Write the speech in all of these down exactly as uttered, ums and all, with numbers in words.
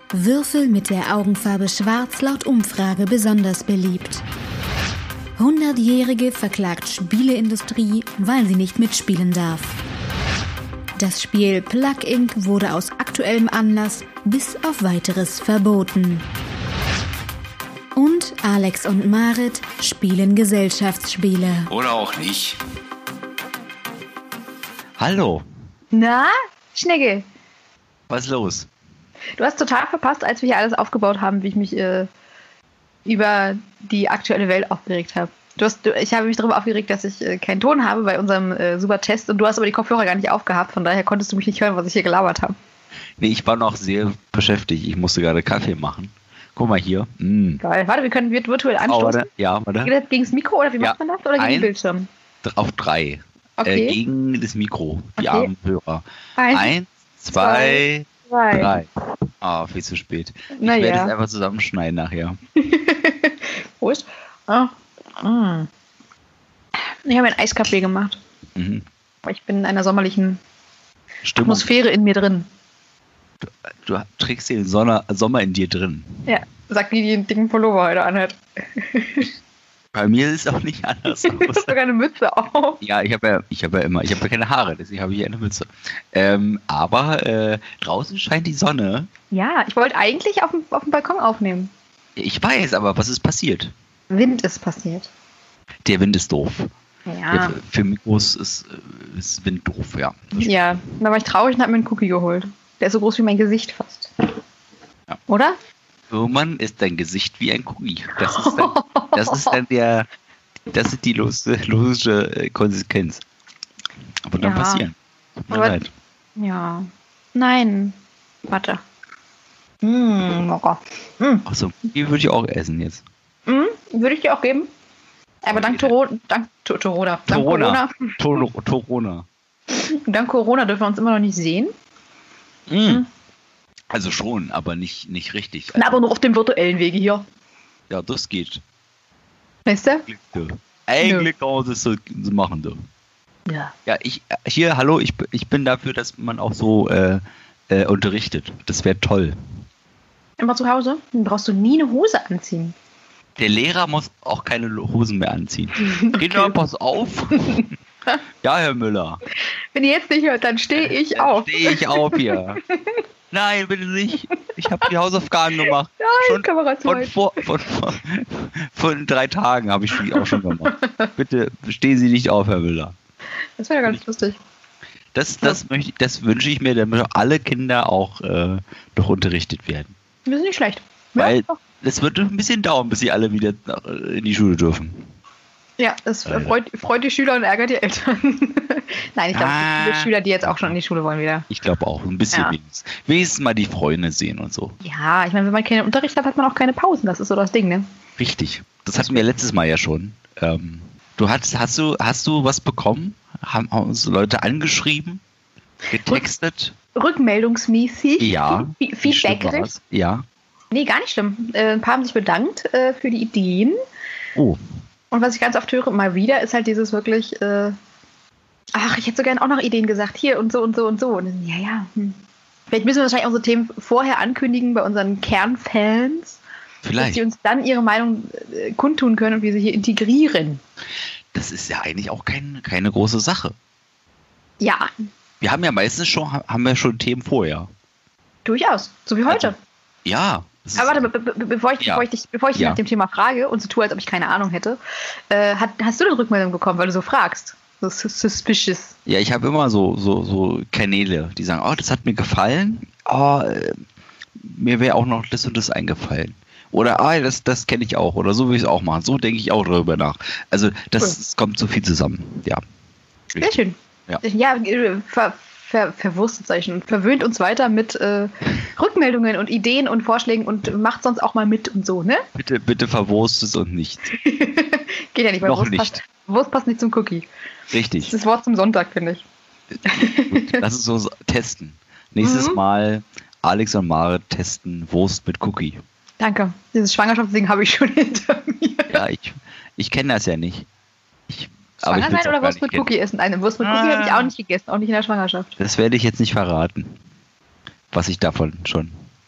Würfel mit der Augenfarbe Schwarz laut Umfrage besonders beliebt. hundertjährige verklagt Spieleindustrie, weil sie nicht mitspielen darf. Das Spiel Plug Incorporated wurde aus aktuellem Anlass bis auf weiteres verboten. Und Alex und Marit spielen Gesellschaftsspiele. Oder auch nicht. Hallo. Na, Schnecke? Was ist los? Du hast total verpasst, als wir hier alles aufgebaut haben, wie ich mich äh, über die aktuelle Welt aufgeregt habe. Du hast, du, ich habe mich darüber aufgeregt, dass ich äh, keinen Ton habe bei unserem äh, super Test und du hast aber die Kopfhörer gar nicht aufgehabt, von daher konntest du mich nicht hören, was ich hier gelabert habe. Nee, ich war noch sehr beschäftigt. Ich musste gerade Kaffee machen. Guck mal hier. Mm. Geil. Warte, wir können virtuell anstoßen. Oh, warte. Ja, warte. Geht das gegen das Mikro oder wie Ja. macht man das? Oder gegen Ein- den Bildschirm? Auf drei. Okay. Äh, gegen das Mikro. Die Okay. armen Hörer. Eins, Eins, zwei, zwei. drei. Ah, viel zu spät. Ich Na werde ja. es einfach zusammenschneiden nachher. Prost. Ah. Mm. Ich habe einen Eiskaffee gemacht. Mhm. Ich bin in einer sommerlichen Stimmung. Atmosphäre in mir drin. Du trägst den Sonne, Sommer in dir drin. Ja, sagt die, die einen dicken Pullover heute anhat. Bei mir ist es auch nicht anders. Du hast sogar eine Mütze auf. Ja, ich habe ja, ich habe ja immer, ich habe ja keine Haare, deswegen habe ich ja eine Mütze. Ähm, aber äh, draußen scheint die Sonne. Ja, ich wollte eigentlich auf dem, auf dem Balkon aufnehmen. Ich weiß, aber was ist passiert? Wind ist passiert. Der Wind ist doof. Ja. Ja, für, für Mikros ist, äh, ist Wind doof, ja. Ja, da war ich traurig und habe mir einen Cookie geholt. Der ist so groß wie mein Gesicht fast. Ja. Oder? Irgendwann ist dein Gesicht wie ein Cookie. Das ist dann, das ist dann der, das ist die lose, logische äh, Konsequenz. Aber dann Ja. passieren. Tut mir Aber- leid. Ja. Nein. Warte. Mmh, locker. Mmh. Achso, die würde ich auch essen jetzt. Mmh, würde ich dir auch geben. Aber dank, Toro, dank To- Corona. Dank Corona. Corona. Toro- Torona. Dank Corona dürfen wir uns immer noch nicht sehen. Mm. Also schon, aber nicht, nicht richtig. Na, aber nur auf dem virtuellen Wege hier. Ja, das geht. Weißt du? Du. Eigentlich kann man das so, so machen, du. Ja. Ja, ich, hier, hallo, ich, ich bin dafür, dass man auch so äh, äh, unterrichtet. Das wäre toll. Immer zu Hause? Dann brauchst du nie eine Hose anziehen. Der Lehrer muss auch keine Hosen mehr anziehen. Kinder, pass auf. Ja, Herr Müller. Wenn ihr jetzt nicht hört, dann stehe ich auf. Stehe ich auf hier. Nein, bitte nicht. Ich habe die Hausaufgaben gemacht. Nein, Schon Kamera zu Von, weit. vor, von, von, von drei Tagen habe ich die auch schon gemacht. Bitte stehen Sie nicht auf, Herr Müller. Das wäre ja ganz lustig. Das, das, möchte ich, das wünsche ich mir, damit alle Kinder auch äh, noch unterrichtet werden. Das ist nicht schlecht. Weil Ja, doch. es wird ein bisschen dauern, bis sie alle wieder nach- in die Schule dürfen. ja das Alter. freut, freut die Schüler und ärgert die Eltern. Nein, ich glaube, Ah. es gibt viele Schüler, die jetzt auch schon in die Schule wollen wieder. Ich glaube auch, ein bisschen Ja. wenigstens. Wenigstens mal die Freunde sehen und so. Ja, ich meine, wenn man keinen Unterricht hat, hat man auch keine Pausen. Das ist so das Ding, ne? Richtig. Das hatten wir letztes Mal ja schon. Ähm, du hast, hast du, hast du was bekommen? Haben, haben uns Leute angeschrieben? Getextet? Rückmeldungsmäßig. Ja. Fe- Feedback. Stimmt, war's? Ja. Nee, gar nicht schlimm. Äh, ein paar haben sich bedankt äh, für die Ideen. Oh. Und was ich ganz oft höre, mal wieder, ist halt dieses wirklich, äh, ach, ich hätte so gerne auch noch Ideen gesagt, hier und so und so und so. Und dann, ja, ja. Hm. Vielleicht müssen wir wahrscheinlich unsere Themen vorher ankündigen bei unseren Kernfans, dass Vielleicht. sie uns dann ihre Meinung äh, kundtun können und wir sie hier integrieren. Das ist ja eigentlich auch kein, keine große Sache. Ja, Wir haben ja meistens schon, haben wir schon Themen vorher. durchaus. So wie heute. Also, ja. das ist- Aber warte, be be bevor ich, Ja. bevor ich dich, bevor ich dich Ja. nach dem Thema frage und so tue, als ob ich keine Ahnung hätte, äh, hat, hast du denn Rückmeldung bekommen, weil du so fragst? So sus- suspicious. Ja, ich habe immer so, so, so Kanäle, die sagen, oh, das hat mir gefallen, oh, äh, mir wäre auch noch das und das eingefallen. Oder, ah, das, das kenne ich auch. Oder so will ich es auch machen. So denke ich auch darüber nach. Also, das Cool. es kommt so viel zusammen. Ja. Sehr schön. Ja. Ja, äh, ver, ver, verwurstet, sag ich schon. Verwöhnt uns weiter mit äh, Rückmeldungen und Ideen und Vorschlägen und macht sonst auch mal mit und so, ne? Bitte, bitte verwurst es und nicht. Geht ja nicht, weil Noch Wurst, nicht. Passt, Wurst passt nicht zum Cookie. Das Richtig. ist das Wort zum Sonntag, finde ich. Gut, lass es so so testen. Nächstes Mhm. Mal Alex und Mare testen Wurst mit Cookie. Danke. Dieses Schwangerschaftsding habe ich schon hinter mir. Ja, ich, ich kenne das ja nicht. Ich, aber ich Schwanger will's sein auch oder gar Wurst nicht mit kennen. Cookie essen? Eine Wurst mit Cookie Ah. habe ich auch nicht gegessen, auch nicht in der Schwangerschaft. Das werde ich jetzt nicht verraten, was ich davon schon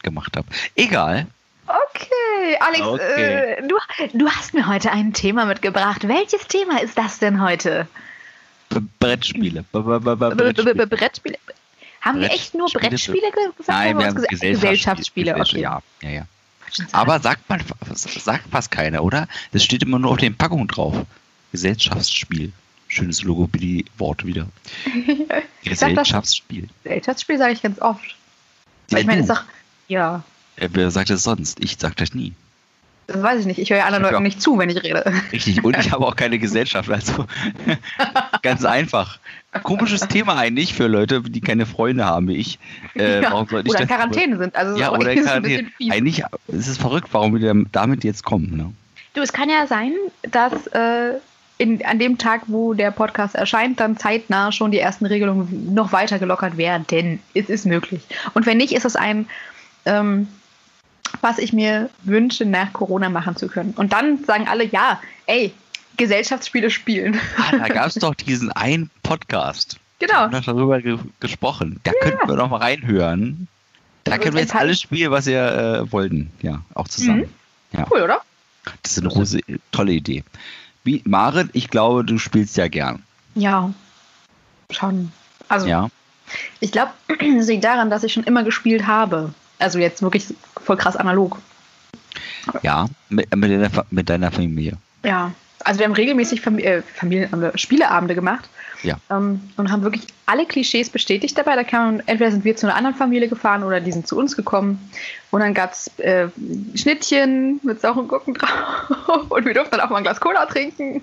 gemacht habe. Egal. Okay, Alex, Okay. Äh, du, du hast mir heute ein Thema mitgebracht. Welches Thema ist das denn heute? B- Brettspiele. B- b- b- b- B- b- Brettspiele. b- Brettspiele. Haben wir echt nur Brettspiele. Brettspiele ge- gesagt? Nein, wir haben uns gesagt? Gesellschaftsspiele. Okay. Ja, ja, ja. Aber sagt man, sagt fast keiner, oder? Das steht immer nur auf den Packungen drauf. Gesellschaftsspiel. Schönes Logo für die Worte wieder. Ich sag das- Gesellschaftsspiel. Gesellschaftsspiel sage ich ganz oft. Weil ich Ja, meine, du. ist doch, ja, Äh, Wer sagt das sonst? Ich sag das nie. das weiß ich nicht. Ich höre ja anderen Ja. Leuten nicht zu, wenn ich rede. Richtig. Und ich habe auch keine Gesellschaft. Also ganz einfach. Komisches Thema eigentlich für Leute, die keine Freunde haben wie ich. Äh, Ja, warum sollte ich oder in das- Quarantäne sind. Also Ja, so- oder ist in ein Quarantäne. bisschen fies. Eigentlich ist es verrückt, warum wir damit jetzt kommen. Ne? Du, es kann ja sein, dass äh, in, an dem Tag, wo der Podcast erscheint, dann zeitnah schon die ersten Regelungen noch weiter gelockert werden. Denn es ist möglich. Und wenn nicht, ist es ein, ähm, was ich mir wünsche, nach Corona machen zu können. Und dann sagen alle, ja, ey, Gesellschaftsspiele spielen. Ah, da gab es doch diesen einen Podcast. Wir Genau. haben doch darüber ge gesprochen. Da könnten wir noch mal reinhören. Da Das können wir ist jetzt ein alles spielen, was wir äh, wollten. Ja, auch zusammen. Ja, Cool, oder? das ist eine große, tolle Idee. Wie, Maren, ich glaube, du spielst ja gern. Ja. Schon. Also, Ja. ich glaube, das liegt daran, dass ich schon immer gespielt habe. Also jetzt wirklich voll krass analog. Ja, mit, mit, deiner, Fa- mit deiner Familie. Ja. Also wir haben regelmäßig Fam äh, Familienabende, Spieleabende gemacht. Ja. Ähm, und haben wirklich alle Klischees bestätigt dabei. Da kann man, entweder sind wir zu einer anderen Familie gefahren oder die sind zu uns gekommen. Und dann gab es äh, Schnittchen mit sauren Gurken drauf. Und wir durften dann auch mal ein Glas Cola trinken.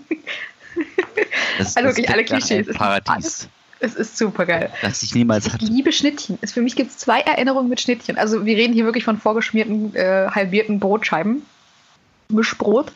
Das, Also wirklich das alle klingt nach Klischees. einem Es ist Paradies, alles- Es ist super geil. das ich niemals Ich hatte. liebe Schnittchen. Es, für mich gibt es zwei Erinnerungen mit Schnittchen. Also wir reden hier wirklich von vorgeschmierten, äh, halbierten Brotscheiben. Mischbrot.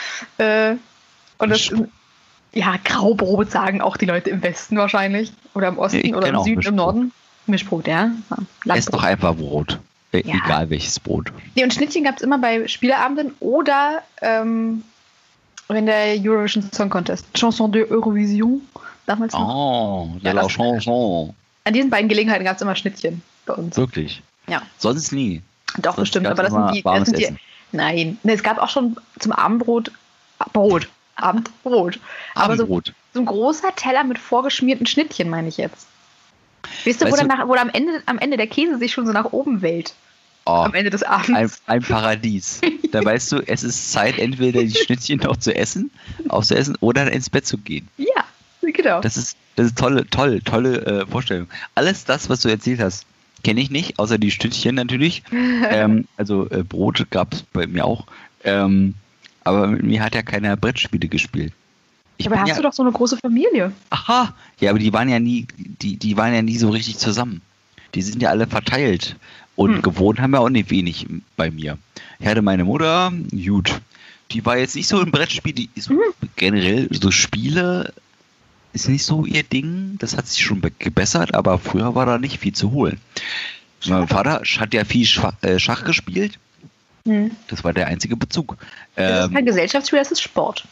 Äh, und das Mischbrot. ja, Graubrot sagen auch die Leute im Westen wahrscheinlich. Oder im Osten Ja, ich oder kenn im auch Süden, Mischbrot. im Norden. Mischbrot, ja. ja Ess doch einfach Brot. Äh, Ja. Egal welches Brot. Nee, und Schnittchen gab es immer bei Spieleabenden oder ähm, wenn der Eurovision Song Contest, Chanson de Eurovision, damals noch. Oh, de Ja, la das- chanson. An diesen beiden Gelegenheiten gab es immer Schnittchen bei uns. Wirklich. Ja. Sonst nie. Doch, Sonst bestimmt. gab's Aber das immer sind die. Das warmes sind die Essen. nein, nee, es gab auch schon zum Abendbrot Brot. Abendbrot. Aber so, Abendbrot. so ein großer Teller mit vorgeschmierten Schnittchen, meine ich jetzt. Weißt du, wo, Weißt dann du- nach, wo am, Ende, am Ende der Käse sich schon so nach oben wellt? Oh, Am Ende des Abends. ein, ein Paradies. Da weißt du, es ist Zeit, entweder die Schnittchen noch zu essen, aufzuessen oder ins Bett zu gehen. Ja, genau. Das ist, das ist tolle, toll, tolle äh, Vorstellung. Alles das, was du erzählt hast, kenne ich nicht, außer die Schnittchen natürlich. ähm, also äh, Brot gab es bei mir auch. Ähm, aber mit mir hat ja keiner Brettspiele gespielt. Ich Aber bin hast ja, du doch so eine große Familie. aha, ja, aber die waren ja nie, die, die waren ja nie so richtig zusammen. Die sind ja alle verteilt. Und Hm. gewohnt haben wir auch nicht wenig bei mir. Ich hatte meine Mutter, gut, die war jetzt nicht so im Brettspiel, die ist so generell so Spiele ist nicht so ihr Ding. Das hat sich schon be- gebessert, aber früher war da nicht viel zu holen. Mein Vater hat ja viel Schwa äh, Schach gespielt. Hm. Das war der einzige Bezug. Das ist Ähm, kein Gesellschaftsspiel, das ist Sport.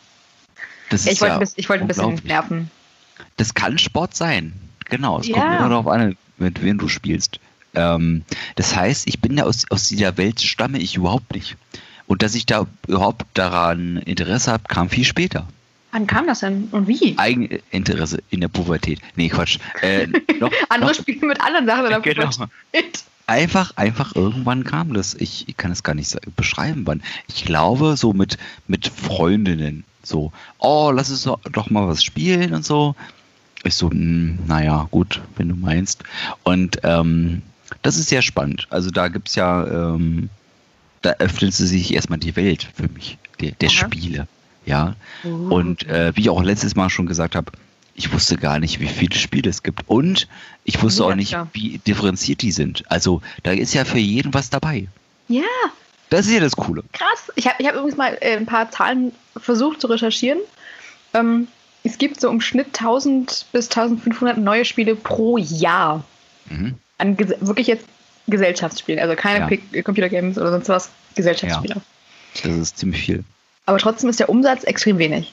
das Ja, ist ich wollte ja ein bisschen, ich wollte ein bisschen unglaublich. nerven. Das kann Sport sein. Genau, es Ja. kommt immer darauf an, mit wem du spielst. Ähm, das heißt, ich bin ja aus, aus dieser Welt, stamme ich überhaupt nicht. Und dass ich da überhaupt daran Interesse habe, kam viel später. Wann kam das denn? Und wie? Eigeninteresse in der Pubertät. Nee, Quatsch. Äh, noch, Andere noch, spielen mit anderen Sachen in der Genau. Pubertät. einfach, einfach irgendwann kam das. Ich, ich kann es gar nicht sa- beschreiben, wann. Ich glaube, so mit, mit Freundinnen. So, oh, lass uns doch doch mal was spielen und so. Ich so, hm, naja, gut, wenn du meinst. Und ähm, das ist sehr spannend. Also da gibt es ja, ähm, da öffnet sich erstmal die Welt für mich, der, der Aha. Spiele. Ja. Uh. Und äh, wie ich auch letztes Mal schon gesagt habe, ich wusste gar nicht, wie viele Spiele es gibt. Und ich wusste Ja, auch nicht, klar. wie differenziert die sind. Also da ist ja für jeden was dabei. Ja, Das ist ja das Coole. krass. Ich habe ich hab übrigens mal äh, ein paar Zahlen versucht zu recherchieren. Ähm, es gibt so im Schnitt tausend bis eintausendfünfhundert neue Spiele pro Jahr. Mhm. An ges- wirklich jetzt Gesellschaftsspielen. Also keine Ja. Pick- Computergames oder sonst was. Gesellschaftsspiele. Das ist ziemlich viel. Aber trotzdem ist der Umsatz extrem wenig.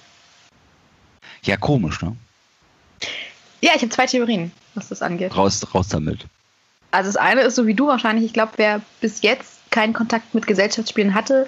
Ja, komisch, ne? Ja, ich habe zwei Theorien, was das angeht. Raus, raus damit. Also das eine ist so wie du wahrscheinlich, ich glaube, wer bis jetzt keinen Kontakt mit Gesellschaftsspielen hatte,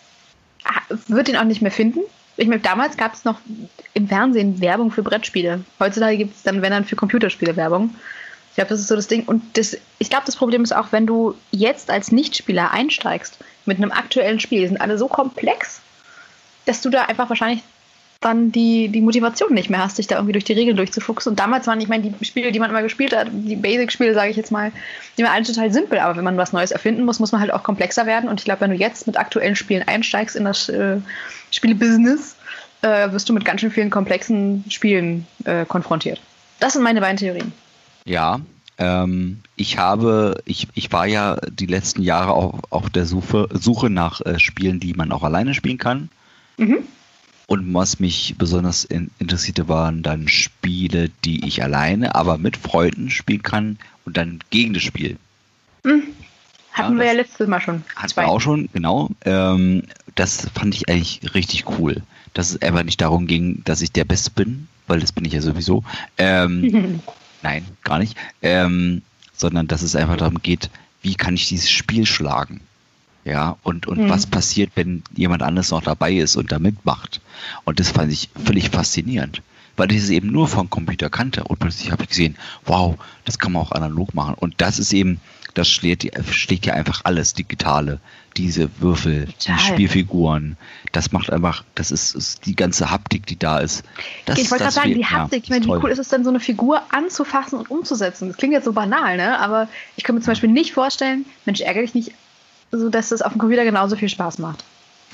wird ihn auch nicht mehr finden. Ich meine, damals gab es noch im Fernsehen Werbung für Brettspiele. Heutzutage gibt es dann, wenn dann, für Computerspiele Werbung. Ich glaube, das ist so das Ding. Und das, ich glaube, das Problem ist auch, wenn du jetzt als Nichtspieler einsteigst mit einem aktuellen Spiel, die sind alle so komplex, dass du da einfach wahrscheinlich dann die, die Motivation nicht mehr hast, dich da irgendwie durch die Regeln durchzufuchsen. Und damals waren, ich meine, die Spiele, die man immer gespielt hat, die Basic-Spiele, sage ich jetzt mal, die waren alle total simpel. Aber wenn man was Neues erfinden muss, muss man halt auch komplexer werden. Und ich glaube, wenn du jetzt mit aktuellen Spielen einsteigst in das äh, Spielebusiness, äh, wirst du mit ganz schön vielen komplexen Spielen äh, konfrontiert. Das sind meine beiden Theorien. Ja, ähm, ich habe, ich, ich war ja die letzten Jahre auch auf der Suche, Suche nach äh, Spielen, die man auch alleine spielen kann. Mhm. Und was mich besonders in, interessierte, waren dann Spiele, die ich alleine, aber mit Freunden spielen kann und dann gegen das Spiel. Mhm. Hatten ja, wir ja letztes Mal schon. Hatten wir auch schon, genau. Ähm, das fand ich eigentlich richtig cool. Dass es einfach nicht darum ging, dass ich der Beste bin, weil das bin ich ja sowieso. Ähm, nein, gar nicht. Ähm, sondern dass es einfach darum geht, wie kann ich dieses Spiel schlagen? Ja, und, und mhm. was passiert, wenn jemand anderes noch dabei ist und da mitmacht? Und das fand ich völlig faszinierend, weil ich es eben nur vom Computer kannte. Und plötzlich habe ich gesehen, wow, das kann man auch analog machen. Und das ist eben, das schlägt, schlägt ja einfach alles, Digitale, diese Würfel, Total. Die Spielfiguren. Das macht einfach, das ist, ist die ganze Haptik, die da ist. Das, ich wollte gerade sagen, die Haptik, ja, ich meine, wie toll. cool ist es denn, so eine Figur anzufassen und umzusetzen? Das klingt jetzt so banal, ne? Aber ich kann mir zum Beispiel nicht vorstellen, Mensch, ärgere dich nicht, so dass das auf dem Computer genauso viel Spaß macht.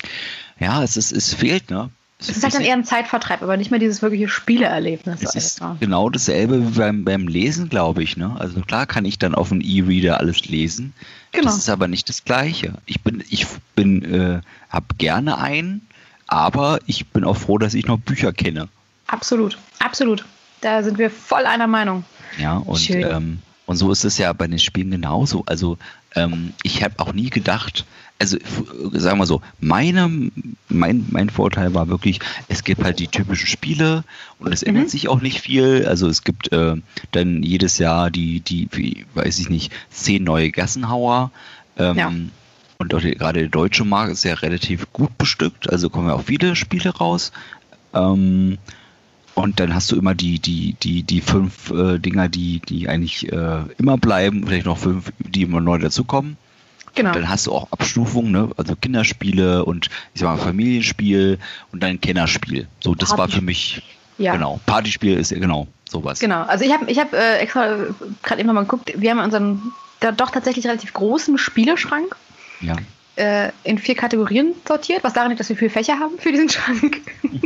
Ja, es ist, es fehlt, ne? Es ist halt dann eher ein Zeitvertreib, aber nicht mehr dieses wirkliche Spieleerlebnis. Es ist genau dasselbe wie beim, beim Lesen, glaube ich, ne? Also klar kann ich dann auf dem E-Reader alles lesen. Genau. Das ist aber nicht das Gleiche. Ich bin, ich bin, äh, hab gerne einen, aber ich bin auch froh, dass ich noch Bücher kenne. Absolut, absolut. Da sind wir voll einer Meinung. Ja, und, ähm, und so ist es ja bei den Spielen genauso. Also ähm, ich habe auch nie gedacht, also sagen wir so, meine, mein, mein Vorteil war wirklich, es gibt halt die typischen Spiele und es mhm. ändert sich auch nicht viel. Also es gibt äh, dann jedes Jahr die, die, wie, weiß ich nicht, zehn neue Gassenhauer. Ähm, ja. Und auch die, gerade der deutsche Markt ist ja relativ gut bestückt, also kommen ja auch viele Spiele raus. Ähm, Und dann hast du immer die, die, die, die fünf äh, Dinger, die, die eigentlich äh, immer bleiben, vielleicht noch fünf, die immer neu dazukommen. Genau. Und dann hast du auch Abstufungen, ne? Also Kinderspiele und ich sag mal Familienspiel und dann Kennerspiel. So, das war für mich, ja. Genau, Partyspiel ist ja genau sowas. Genau, also ich habe ich hab, äh, extra gerade eben nochmal geguckt, wir haben unseren da doch tatsächlich relativ großen Spieleschrank ja. äh, in vier Kategorien sortiert, was daran liegt, dass wir vier Fächer haben für diesen Schrank.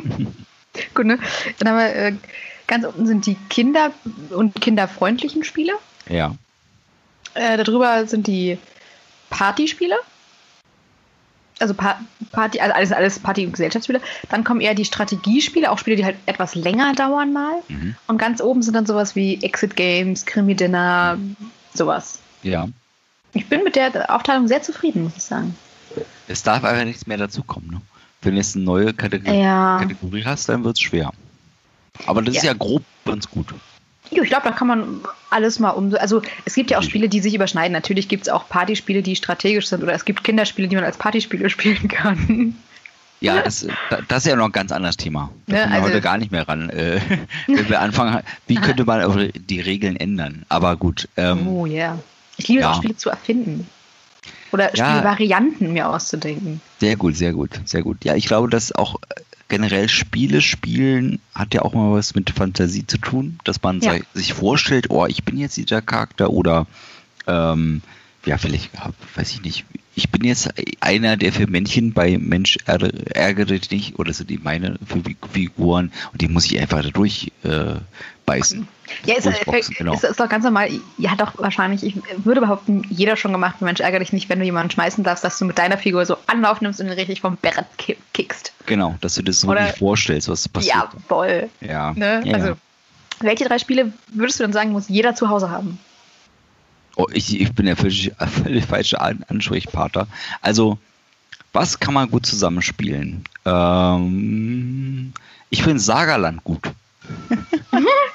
Gut, ne? Dann haben wir, äh, ganz unten sind die Kinder- und kinderfreundlichen Spiele. Ja. Äh, darüber sind die Partyspiele. Also pa- Party, also alles, alles Party- und Gesellschaftsspiele. Dann kommen eher die Strategiespiele, auch Spiele, die halt etwas länger dauern mal. Mhm. Und ganz oben sind dann sowas wie Exit Games, Krimi-Dinner, sowas. Ja. Ich bin mit der Aufteilung sehr zufrieden, muss ich sagen. Es darf einfach nichts mehr dazukommen, ne? Wenn du jetzt eine neue Kategorie, ja. Kategorie hast, dann wird es schwer. Aber das ja. ist ja grob ganz gut. Ich glaube, da kann man alles mal um. Also es gibt ja auch Spiele, die sich überschneiden. Natürlich gibt es auch Partyspiele, die strategisch sind, oder es gibt Kinderspiele, die man als Partyspiele spielen kann. Ja, das, das ist ja noch ein ganz anderes Thema. Da kommen wir also, heute gar nicht mehr ran. Äh, wenn wir anfangen, wie könnte man die Regeln ändern? Aber gut. Ähm, oh ja. Yeah. Ich liebe ja. auch Spiele zu erfinden. Oder ja. Spielvarianten mir auszudenken. Sehr gut, sehr gut, sehr gut. Ja, ich glaube, dass auch generell Spiele spielen hat ja auch mal was mit Fantasie zu tun, dass man ja. sich vorstellt, oh, ich bin jetzt dieser Charakter oder ähm, ja, vielleicht, weiß ich nicht, ich bin jetzt einer, der für Männchen bei Mensch ärgere dich nicht, oder sind die meine Figuren und die muss ich einfach da durch äh, beißen. Ja, ist, genau. ist, ist doch ganz normal. Ja, hat doch wahrscheinlich, ich würde behaupten, jeder schon gemacht, Mensch ärgere dich nicht, wenn du jemanden schmeißen darfst, dass du mit deiner Figur so Anlauf nimmst und ihn richtig vom Brett kickst. Genau, dass du das so oder, nicht vorstellst, was passiert. Ja, voll. Ja. Ne? Ja, also, ja. Welche drei Spiele würdest du denn sagen, muss jeder zu Hause haben? Oh, ich, ich bin der völlig, völlig falsche Ansprechpartner. Also, was kann man gut zusammenspielen? Ähm, ich finde Sagaland gut.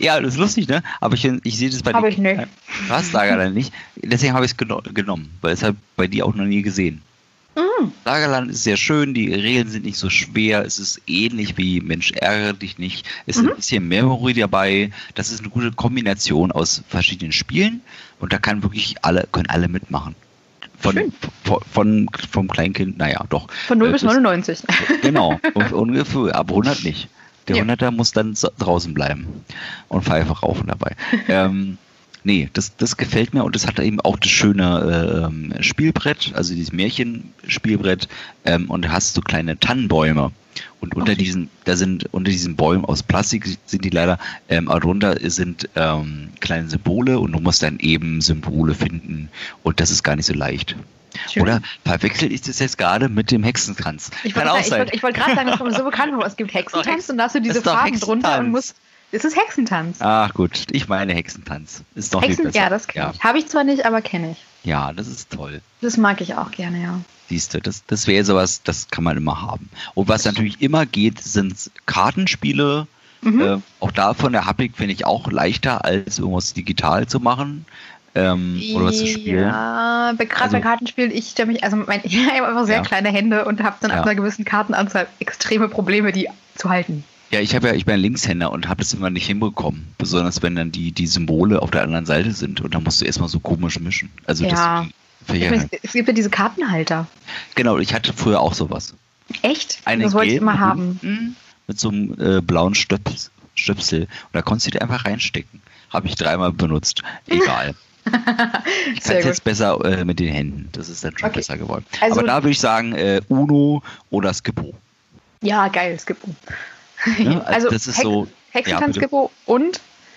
Ja, das ist lustig, ne? Aber ich, ich sehe das bei dir. Habe ich nicht. Du hast Lagerland nicht. Deswegen habe ich es geno genommen, weil es halt bei dir auch noch nie gesehen. Mhm. Lagerland ist sehr schön, die Regeln sind nicht so schwer, es ist ähnlich wie Mensch ärgere dich nicht. Es ist Mhm. ein bisschen Memory dabei. Das ist eine gute Kombination aus verschiedenen Spielen und da kann wirklich alle, können alle mitmachen. Von, Schön. von, von vom Kleinkind, naja, doch. Von null Äh, bis das- neunundneunzig. Genau, ungefähr, aber hundert nicht. Der Ja. hunderter muss dann so- draußen bleiben und Pfeife rauchen dabei. ähm, nee, das, das gefällt mir und es hat eben auch das schöne ähm, Spielbrett, also dieses Märchenspielbrett ähm, und da hast du kleine Tannenbäume. Und unter Okay. diesen, da sind unter diesen Bäumen aus Plastik sind die leider, ähm, aber drunter sind ähm, kleine Symbole und du musst dann eben Symbole finden und das ist gar nicht so leicht. Schön. Oder verwechselt ist das jetzt gerade mit dem Hexenkranz? Ich Kann wollte auch ich sein. wollt, ich wollt gerade sagen, das kommt mir so bekannt vor. Es gibt Hexentanz und da hast du diese ist doch Farben drunter Hexentanz. und musst. Es ist Hexentanz. Ach gut, ich meine Hexentanz. Ist doch viel Hexen, besser. ja, das kenne ja. ich. Habe ich zwar nicht, aber kenne ich. Ja, das ist toll. Das mag ich auch gerne, ja. Siehst du, das, das wäre sowas, das kann man immer haben. Und was natürlich immer geht, sind Kartenspiele. Mhm. Äh, auch da von der Haptik finde ich auch leichter, als irgendwas digital zu machen. Ähm, oder was zu spielen. Ja, bei- gerade Also- bei Kartenspielen, ich stelle mich, also mein, ich habe einfach sehr Ja. kleine Hände und habe dann Ja. ab einer gewissen Kartenanzahl extreme Probleme, die zu halten. Ja, ich habe ja, ich bin ein Linkshänder und habe das immer nicht hinbekommen. Besonders wenn dann die, die Symbole auf der anderen Seite sind und dann musst du erstmal so komisch mischen. Also Ja. das Ich meine, es, es gibt ja diese Kartenhalter. Genau, ich hatte früher auch sowas. Echt? Eine das wollte ich gelbe immer haben. hinten mit so einem äh, blauen Stöps, Stöpsel. Und da konntest du die einfach reinstecken. Habe ich dreimal benutzt. Egal. Ich kann Sehr es gut. jetzt besser äh, mit den Händen. Das ist dann schon Okay. besser geworden. Also- Aber da würde ich sagen, äh, Uno oder Skippo. Ja, geil, Skippo. Ja, also das ist Hex so. Hexentanz, ja, bitte. Skippo und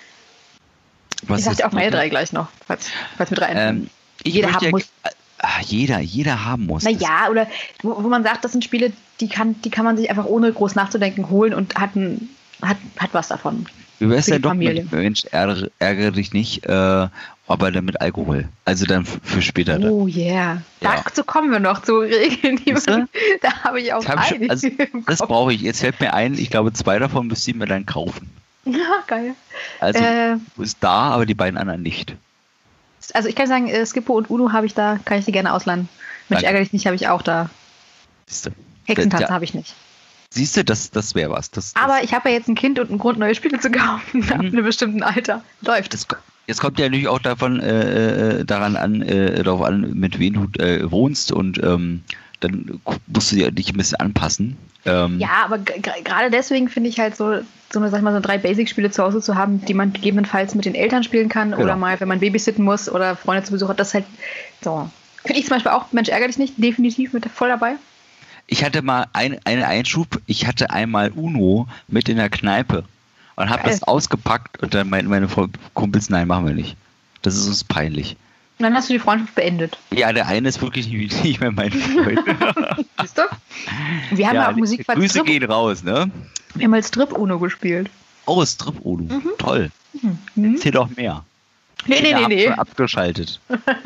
Was ich sag ist dir auch meine noch? drei gleich noch, falls, falls mit drei Ähm, ich Jeder möchte haben ja, muss. Ah, jeder, jeder haben muss. Naja, oder wo, wo man sagt, das sind Spiele, die kann, die kann man sich einfach ohne groß nachzudenken holen und hat, ein, hat, hat was davon. Wie wär's für denn die doch Familie. mit Mensch, ärgere, ärgere dich nicht, äh, aber dann mit Alkohol. Also dann f- für später. dann. Oh yeah. Ja. Dazu kommen wir noch zu Regeln, die Siehst du? man, da habe ich auch Das hab ich schon- einige also, im Das Kopf. brauche ich. Jetzt fällt mir ein, ich glaube, zwei davon müsst ihr mir dann kaufen. Ja, geil. Also Äh, du bist da, aber die beiden anderen nicht. also ich kann sagen, äh, Skippo und Uno habe ich da, kann ich die gerne ausleihen. Mensch, Danke. ärgere dich nicht, habe ich auch da. Siehst du, Hexentanz Ja. habe ich nicht. Siehst du, das, das wäre was. Das, das, Aber ich habe ja jetzt ein Kind und einen Grund, neue Spiele zu kaufen. Ab Mhm. einem bestimmten Alter. Läuft. das, jetzt kommt ja natürlich auch davon äh, äh, daran an, äh, darauf an, mit wem du äh, wohnst und ähm, dann musst du ja dich ein bisschen anpassen. Ähm, Ja, aber g- g- gerade deswegen finde ich halt so, so eine, sag ich mal, so drei Basic-Spiele zu Hause zu haben, die man gegebenenfalls mit den Eltern spielen kann Genau. oder mal, wenn man babysitten muss oder Freunde zu Besuch hat, das ist halt so. Finde ich zum Beispiel auch, Mensch, ärgere dich nicht, definitiv mit voll dabei. Ich hatte mal ein, einen Einschub, ich hatte einmal Uno mit in der Kneipe und habe Geil. das ausgepackt und dann meinten meine Kumpels, nein, machen wir nicht. Das ist uns peinlich. Und dann hast du die Freundschaft beendet. Ja, der eine ist wirklich nicht nicht mehr mein Freund. Siehst du? Wir haben ja, auch Musik Grüße Strip, gehen raus, ne? wir haben mal Strip-Uno gespielt. Oh, Strip-Uno. Toll. Mhm. Erzähl doch mehr. Nee, nee, Kinder nee, haben nee. schon abgeschaltet.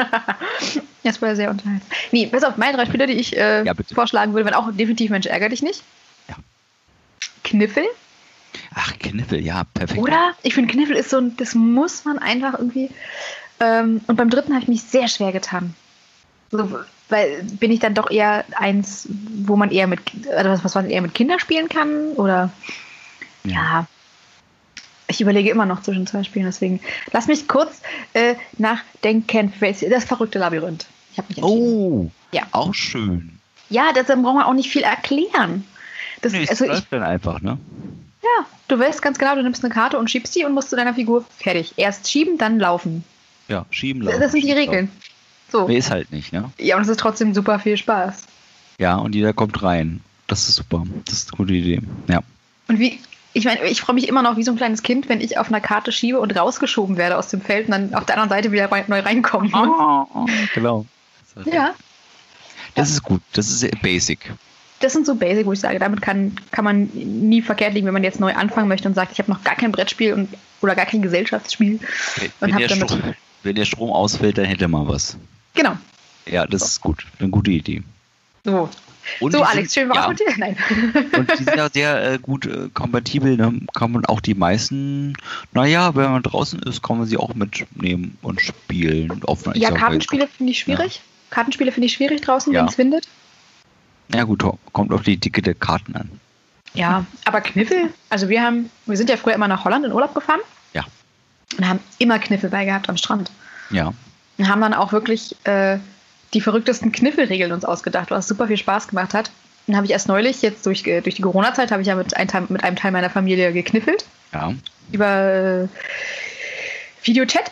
Das war sehr unterhaltsam. Nee, pass auf, meine drei Spiele, die ich äh, Ja, bitte. vorschlagen würde, waren auch definitiv Mensch, ärgere dich nicht. Ja. Kniffel. Ach, Kniffel, ja, perfekt. Oder? Ich finde, Kniffel ist so ein, das muss man einfach irgendwie. Ähm, und beim dritten habe ich mich sehr schwer getan. So, weil bin ich dann doch eher eins, wo man eher mit, also was, was man eher mit Kindern spielen kann? Oder ja. Ich überlege immer noch zwischen zwei Spielen, deswegen lass mich kurz äh, nachdenken. Das verrückte Labyrinth. Ich habe mich entschieden. Oh, Ja. auch schön. Ja, das, dann braucht man auch nicht viel erklären. Das, Nee, es also ich, läuft dann einfach, ne? ja, du weißt ganz genau, du nimmst eine Karte und schiebst sie und musst zu deiner Figur fertig. Erst schieben, dann laufen. Ja, schieben laufen. Das sind die schieben, Regeln. So. laufen. Nee, ist halt nicht, ne? Ja, und es ist trotzdem super viel Spaß. Ja, und jeder kommt rein. Das ist super. Das ist eine gute Idee. Ja. Und wie, ich meine, ich freue mich immer noch wie so ein kleines Kind, wenn ich auf einer Karte schiebe und rausgeschoben werde aus dem Feld und dann auf der anderen Seite wieder rein, neu reinkommen muss. Genau. Ja, Das ist gut. Das ist basic. das sind so Basic, wo ich sage, damit kann, kann man nie verkehrt liegen, wenn man jetzt neu anfangen möchte und sagt, ich habe noch gar kein Brettspiel und, oder gar kein Gesellschaftsspiel. Wenn Und hab der, damit, Strom, wenn der Strom ausfällt, dann hätte man was. genau. Ja, das ist gut. Eine gute Idee. So, Und so die Alex, sind, schön war's ja, mit dir. Nein. und die sind ja sehr äh, gut äh, kompatibel. Ne? Kann man auch die meisten, naja, wenn man draußen ist, kann man sie auch mitnehmen und spielen. Auf einer, ich Ja, sag mal, Kartenspiele finde ich schwierig. Kartenspiele finde ich schwierig draußen, Ja. wenn es windet. Ja gut, kommt auf die Dicke der Karten an. Ja, aber Kniffel, also wir haben, wir sind ja früher immer nach Holland in Urlaub gefahren. Ja. Und haben immer Kniffel bei gehabt am Strand. Ja. Und haben dann auch wirklich äh, die verrücktesten Kniffelregeln uns ausgedacht, was super viel Spaß gemacht hat. Dann habe ich erst neulich, jetzt durch, äh, durch die Corona-Zeit, habe ich ja mit, ein Teil, mit einem Teil meiner Familie gekniffelt. Ja. Über äh, Videochat.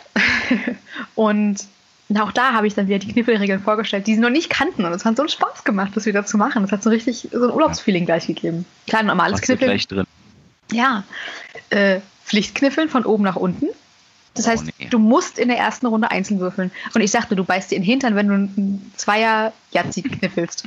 Und auch da habe ich dann wieder die Kniffelregeln vorgestellt, die sie noch nicht kannten. Und es hat so einen Spaß gemacht, das wieder zu machen. Das hat so richtig so ein Urlaubsfeeling gleich gegeben. Klar, normales Hast du Kniffeln. gleich drin. Ja. Äh, Pflichtkniffeln von oben nach unten. Das Oh, heißt, nee. du musst in der ersten Runde einzeln würfeln. Und ich sagte, du beißt dir in den Hintern, wenn du einen Zweier-Jazzi kniffelst.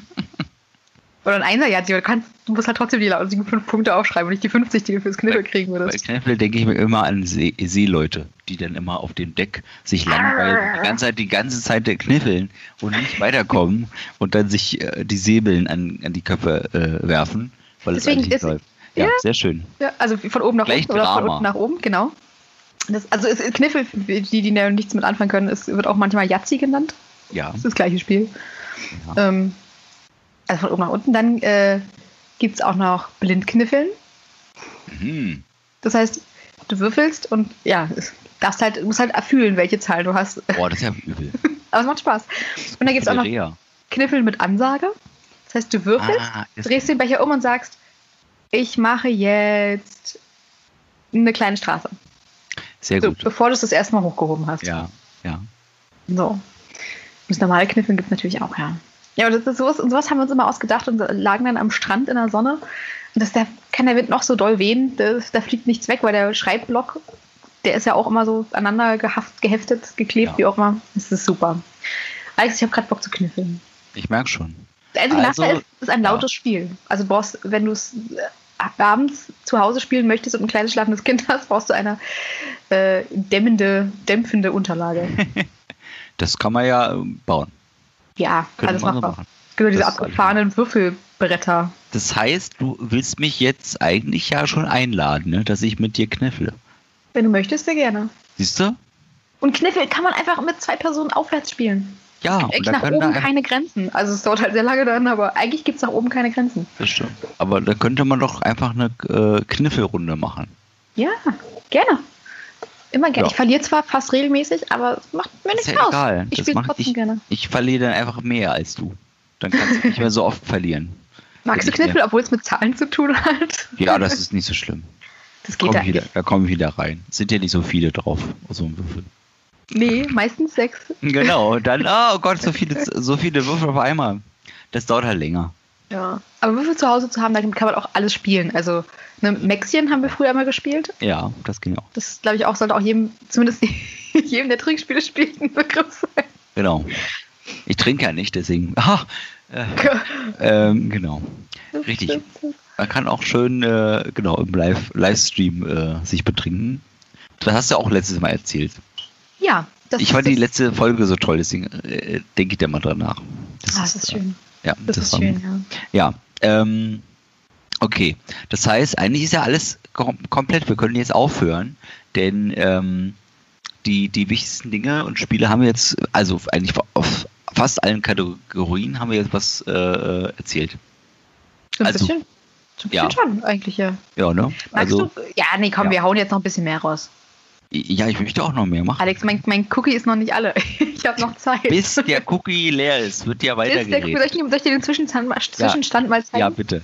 Oder ein Einser-Jazzi. Du, kannst, du musst halt trotzdem die lautigen fünf Punkte aufschreiben und nicht die fünfzig, die du fürs Kniffel kriegen Bei würdest. Kniffel denke ich mir immer an See Seeleute, die dann immer auf dem Deck sich langweilen, die ganze Zeit, die ganze Zeit kniffeln und nicht weiterkommen und dann sich äh, die Säbeln an, an die Köpfe äh, werfen, weil Deswegen es eigentlich ist- läuft. Ja, ja. sehr schön. Ja, also von oben nach Gleich unten oder von Drama. unten nach oben, genau. Das, also es, Kniffel, die, die da nichts mit anfangen können, es wird auch manchmal Jazzi genannt. Ja. Das ist das gleiche Spiel. Ja. Ähm, also von oben nach unten. Dann äh, gibt es auch noch Blindkniffeln. Mhm. Das heißt, du würfelst und ja, es darfst halt, du musst halt erfühlen, welche Zahl du hast. Boah, das ist ja übel. Aber es macht Spaß. Und dann gibt es auch noch Rea. Kniffeln mit Ansage. Das heißt, du würfelst, Ah, das- drehst den Becher um und sagst, ich mache jetzt eine kleine Straße. Sehr So, gut. bevor du es das erste Mal hochgehoben hast. Ja, ja. So. Das normale Kniffeln gibt es natürlich auch, ja. Ja, aber das ist sowas, und sowas haben wir uns immer ausgedacht und lagen dann am Strand in der Sonne. Und das, da kann der Wind noch so doll wehen, das, da fliegt nichts weg, weil der Schreibblock, der ist ja auch immer so aneinander gehaft, geheftet, geklebt, Ja. wie auch immer. Das ist super. Alex, ich habe gerade Bock zu kniffeln. Ich merke schon. Der einzige Also, Nachteil ist, es ist ein ja. lautes Spiel. Also du brauchst, wenn du es äh, abends zu Hause spielen möchtest und ein kleines schlafendes Kind hast, brauchst du eine äh, dämmende, dämpfende Unterlage. Das kann man ja ähm, bauen. Ja, Könnte alles man so machbar. machen. Genau, diese Das- abgefahrenen Würfelbretter. Das heißt, du willst mich jetzt eigentlich ja schon einladen, ne, dass ich mit dir kniffle. Wenn du möchtest, sehr gerne. Siehst du? Und Kniffel kann man einfach mit zwei Personen aufwärts spielen. Ja, und Eigentlich dann nach können oben da keine Grenzen. Also es dauert halt sehr lange dann, aber eigentlich gibt es nach oben keine Grenzen. das stimmt. Aber da könnte man doch einfach eine äh, Kniffelrunde machen. Ja, gerne. Immer gerne. Ja. Ich verliere zwar fast regelmäßig, aber es macht mir Das ist nichts ja aus. egal. Ich Das spiele macht trotzdem dich- gerne. Ich verliere dann einfach mehr als du. Dann kannst du nicht mehr so oft verlieren. Magst du Wenn ich Kniffel, obwohl es mit Zahlen zu tun hat? Ja, das ist nicht so schlimm. Das geht Komm eigentlich. wieder, da kommen wir wieder rein. Es sind ja nicht so viele drauf, auf so einem Würfel. Nee, meistens sechs. Genau, und dann, oh Gott, so viele, so viele Würfel auf einmal. Das dauert halt länger. Ja. Aber Würfel zu Hause zu haben, da kann man auch alles spielen. Also ne, Maxien haben wir früher mal gespielt. Ja, das ging auch. Das, glaube ich, auch sollte auch jedem, zumindest jedem, der Trinkspiele spielt, ein Begriff sein. Genau. Ich trinke ja nicht, deswegen. Ah, äh, ähm, genau. Richtig. Man kann auch schön, äh, genau, im Live Livestream äh, sich betrinken. Das hast du auch letztes Mal erzählt. Ja. Das, Ich fand das, die letzte Folge so toll, deswegen äh, denke ich da mal dran nach. Ah, das ist schön. Ja, Das, ist war- schön, ja. Ja, ähm, okay. Das heißt, eigentlich ist ja alles kom komplett. Wir können jetzt aufhören, denn ähm, die, die wichtigsten Dinge und Spiele haben wir jetzt, also eigentlich auf fast allen Kategorien haben wir jetzt was äh, erzählt. So ein Also, bisschen. So ein ja. bisschen schon, eigentlich, ja. Ja, ne? Magst Also, du? Ja, nee, komm, ja. wir hauen jetzt noch ein bisschen mehr raus. ja, ich möchte auch noch mehr machen. Alex, mein, mein Cookie ist noch nicht alle. Ich habe noch Zeit. Bis der Cookie leer ist, wird ja Ist der, soll, ich, weitergeredet. soll ich dir den Zwischenstand, mal- Zwischenstand mal zeigen? Ja, bitte.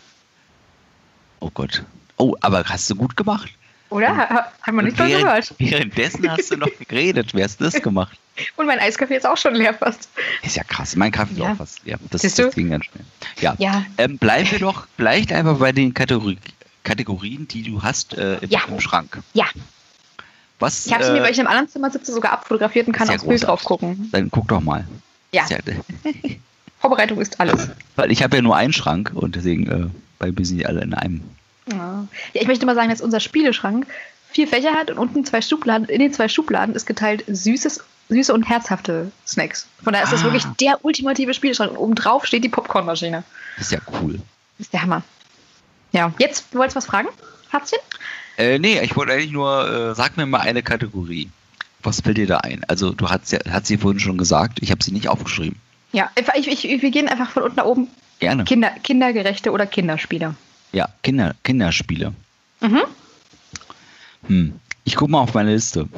Oh Gott. Oh, aber hast du gut gemacht. Oder? Ha- Hat man nicht Und mal während- gehört. Währenddessen hast du noch geredet. Wer hast das gemacht? Und mein Eiskaffee ist auch schon leer fast. Ist ja krass. Mein Kaffee ist Ja. auch fast leer. Das, Siehst das du? ging ganz schnell. Ja. Ja. Ähm, bleiben wir doch vielleicht einfach bei den Kategori Kategorien, die du hast äh, im, Ja. im Schrank. Ja. Was? Ich habe sie mir, äh, weil ich im anderen Zimmer sitze, sogar abfotografiert und kann ist ja aufs Bild drauf großartig. gucken. Dann guck doch mal. Ja, Ist ja, Vorbereitung ist alles. weil ich habe ja nur einen Schrank und deswegen äh, bei mir sind die alle in einem. Ja. Ja, ich möchte mal sagen, dass unser Spieleschrank vier Fächer hat und unten zwei Schubladen. In den zwei Schubladen ist geteilt Süßes süße und herzhafte Snacks. Von daher ist das Ah. wirklich der ultimative Spielschrank. Und obendrauf steht die Popcornmaschine. Das ist ja cool. Das ist der Hammer. Ja, jetzt, du wolltest was fragen, Herzchen? Äh, nee, ich wollte eigentlich nur, äh, sag mir mal eine Kategorie. Was fällt dir da ein? Also du hast ja, hat sie vorhin schon gesagt, ich habe sie nicht aufgeschrieben. Ja, ich, ich, wir gehen einfach von unten nach oben. Gerne. Kinder, kindergerechte oder Kinderspiele. Ja, Kinder, Kinderspiele. Mhm. Hm. Ich gucke mal auf meine Liste.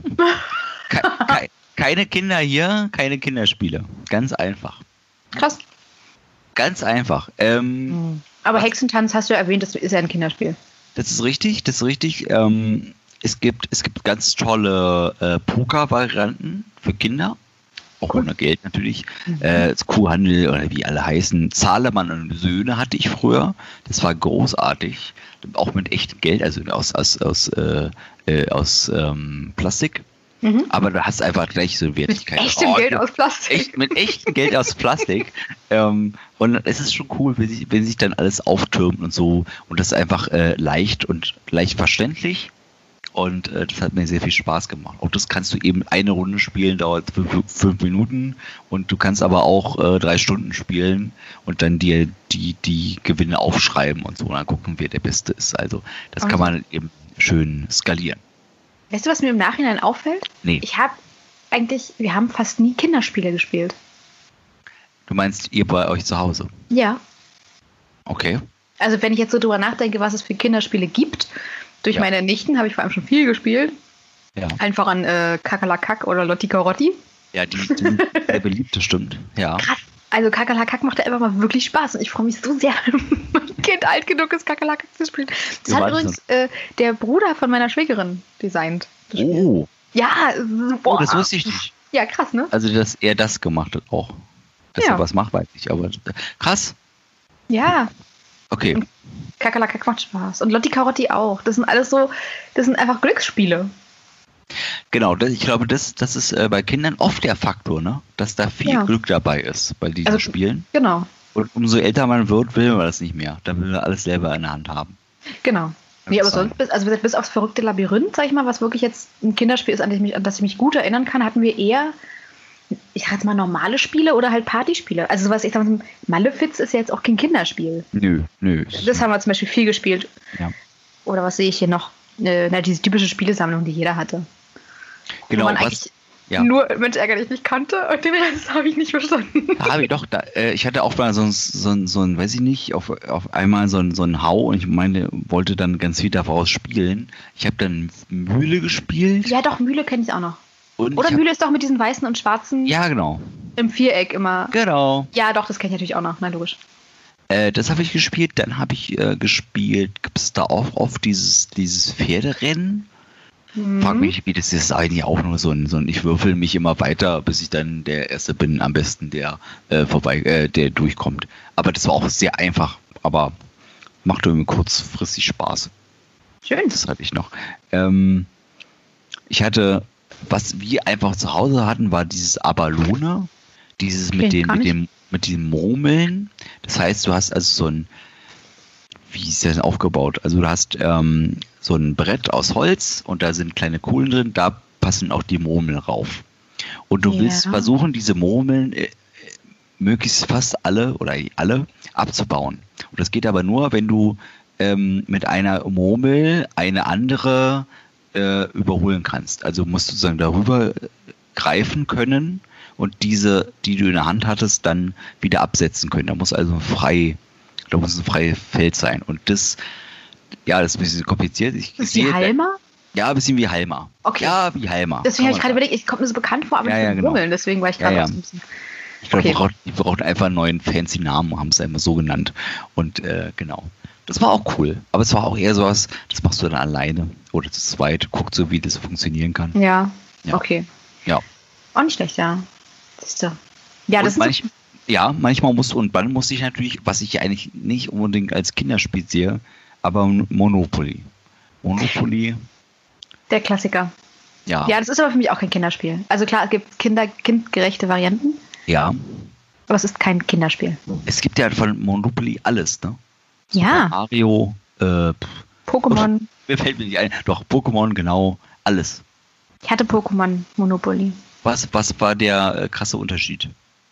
Ke ke keine Kinder hier, keine Kinderspiele. Ganz einfach. Krass. Ganz einfach. Ähm, Aber Hexentanz hast du ja erwähnt, das ist ja ein Kinderspiel. Das ist richtig, das ist richtig. Ähm, es gibt, es gibt ganz tolle äh, Poker-Varianten für Kinder. Auch ohne Geld natürlich. Mhm. Äh, Kuhhandel oder wie alle heißen. Zahlemann und Söhne hatte ich früher. Das war großartig. Auch mit echtem Geld, also aus, aus, aus, äh, äh, aus ähm, Plastik. Mhm. Aber du hast einfach gleich so Wertigkeit. Mit echtem oh, Geld aus Plastik. Echt, mit echtem Geld aus Plastik. ähm, und es ist schon cool, wenn sich, wenn sich dann alles auftürmt und so. Und das ist einfach äh, leicht und leicht verständlich. Und äh, das hat mir sehr viel Spaß gemacht. Und das kannst du eben eine Runde spielen, dauert fünf, fünf Minuten. Und du kannst aber auch äh, drei Stunden spielen und dann dir die, die Gewinne aufschreiben und so. Und dann gucken, wer der Beste ist. Also das okay. kann man eben schön skalieren. Weißt du, was mir im Nachhinein auffällt? Nee. Ich habe eigentlich, wir haben fast nie Kinderspiele gespielt. Du meinst, ihr bei euch zu Hause? Ja. Okay. Also wenn ich jetzt so drüber nachdenke, was es für Kinderspiele gibt, durch ja. meine Nichten habe ich vor allem schon viel gespielt. Ja. Einfach an äh, Kakerlakak oder Lotti Carotti. Ja, die, die sind sehr beliebt, das stimmt. Ja. Krass. Also Kakerlakak macht ja einfach mal wirklich Spaß. Und ich freue mich so sehr, wenn mein Kind alt genug ist, Kakerlakak zu spielen. Das ja, hat übrigens äh, der Bruder von meiner Schwägerin designt. Oh. Ja, boah. Oh, das wusste ich nicht. Ja, krass, ne? Also, dass er das gemacht hat auch. Dass ja. er was macht, weiß ich. Aber krass. Ja. Okay. Und Kakerlakak macht Spaß. Und Lotti Carotti auch. Das sind alles so, das sind einfach Glücksspiele. Genau, das, ich glaube, das, das ist äh, bei Kindern oft der Faktor, ne? Dass da viel ja. Glück dabei ist bei diesen also, Spielen. Genau. Und umso älter man wird, will man das nicht mehr. Dann will man alles selber in der Hand haben. Genau. Nee, aber sonst, bis, also bis aufs verrückte Labyrinth, sag ich mal, was wirklich jetzt ein Kinderspiel ist, an das ich mich, an das ich mich gut erinnern kann, hatten wir eher, ich sag jetzt mal, normale Spiele oder halt Partyspiele. Also sowas, ich sag mal, Malefiz ist ja jetzt auch kein Kinderspiel. Nö, nö. Das haben wir zum Beispiel viel gespielt. Ja. Oder was sehe ich hier noch? Äh, na, diese typische Spielesammlung, die jeder hatte. Genau, wo man eigentlich ja. nur Mensch ärgerlich nicht kannte und den Rest habe ich nicht verstanden. Habe ich doch, da, äh, ich hatte auch mal so ein, so ein, so ein weiß ich nicht, auf, auf einmal so ein, so ein Hau und ich meine, wollte dann ganz viel daraus spielen. Ich habe dann Mühle gespielt. Ja doch, Mühle kenne ich auch noch. Und Oder hab, Mühle ist doch mit diesen weißen und schwarzen. Ja, genau. Im Viereck immer. Genau. Ja, doch, das kenne ich natürlich auch noch, na logisch. Äh, das habe ich gespielt, dann habe ich äh, gespielt, gibt es da auch oft dieses, dieses Pferderennen? Mhm. Frag mich, wie das ist eigentlich auch nur so ein, so ein, ich würfel mich immer weiter, bis ich dann der Erste bin, am besten der äh, vorbei, äh, der durchkommt. Aber das war auch sehr einfach, aber macht irgendwie kurzfristig Spaß. Schön. Das hatte ich noch. Ähm, ich hatte, was wir einfach zu Hause hatten, war dieses Abalone, dieses okay, mit den, mit dem, mit dem Murmeln. Das heißt, du hast also so ein, wie ist das denn aufgebaut? Also du hast ähm, so ein Brett aus Holz und da sind kleine Kugeln drin, da passen auch die Murmeln rauf. Und du ja. willst versuchen, diese Murmeln äh, möglichst fast alle oder alle abzubauen. Und das geht aber nur, wenn du ähm, mit einer Murmel eine andere äh, überholen kannst. Also musst du sozusagen darüber greifen können und diese, die du in der Hand hattest, dann wieder absetzen können. Da muss also frei Da muss ein freies Feld sein. Und das, ja, das ist ein bisschen kompliziert. Ich ist wie Halma? Ja, ein bisschen wie Halma. Okay. Ja, wie Halma. Deswegen habe ich gerade überlegt, ich komme mir so bekannt vor, aber ja, ich ja, bin genau. Murmeln, deswegen war ich gerade ja, ja. ein bisschen. Ich glaube, okay. die, braucht, die brauchten einfach einen neuen fancy Namen, haben es einmal so genannt. Und äh, genau. Das war auch cool. Aber es war auch eher sowas, das machst du dann alleine oder zu zweit, guckt so, wie das funktionieren kann. Ja, ja. okay. Ja. Auch nicht schlecht, ja. Siehst du. Ja, das und ist manch, ja, manchmal musst du, und dann musste ich natürlich, was ich eigentlich nicht unbedingt als Kinderspiel sehe, aber Monopoly. Monopoly. Der Klassiker. Ja. Ja, das ist aber für mich auch kein Kinderspiel. Also klar, es gibt Kinder, kindgerechte Varianten. Ja. Aber es ist kein Kinderspiel. Es gibt ja von Monopoly alles, ne? Ja. Super Mario, äh, Pokémon. Mir fällt mir nicht ein. Doch, Pokémon, genau, alles. Ich hatte Pokémon Monopoly. Was, was war der äh, krasse Unterschied?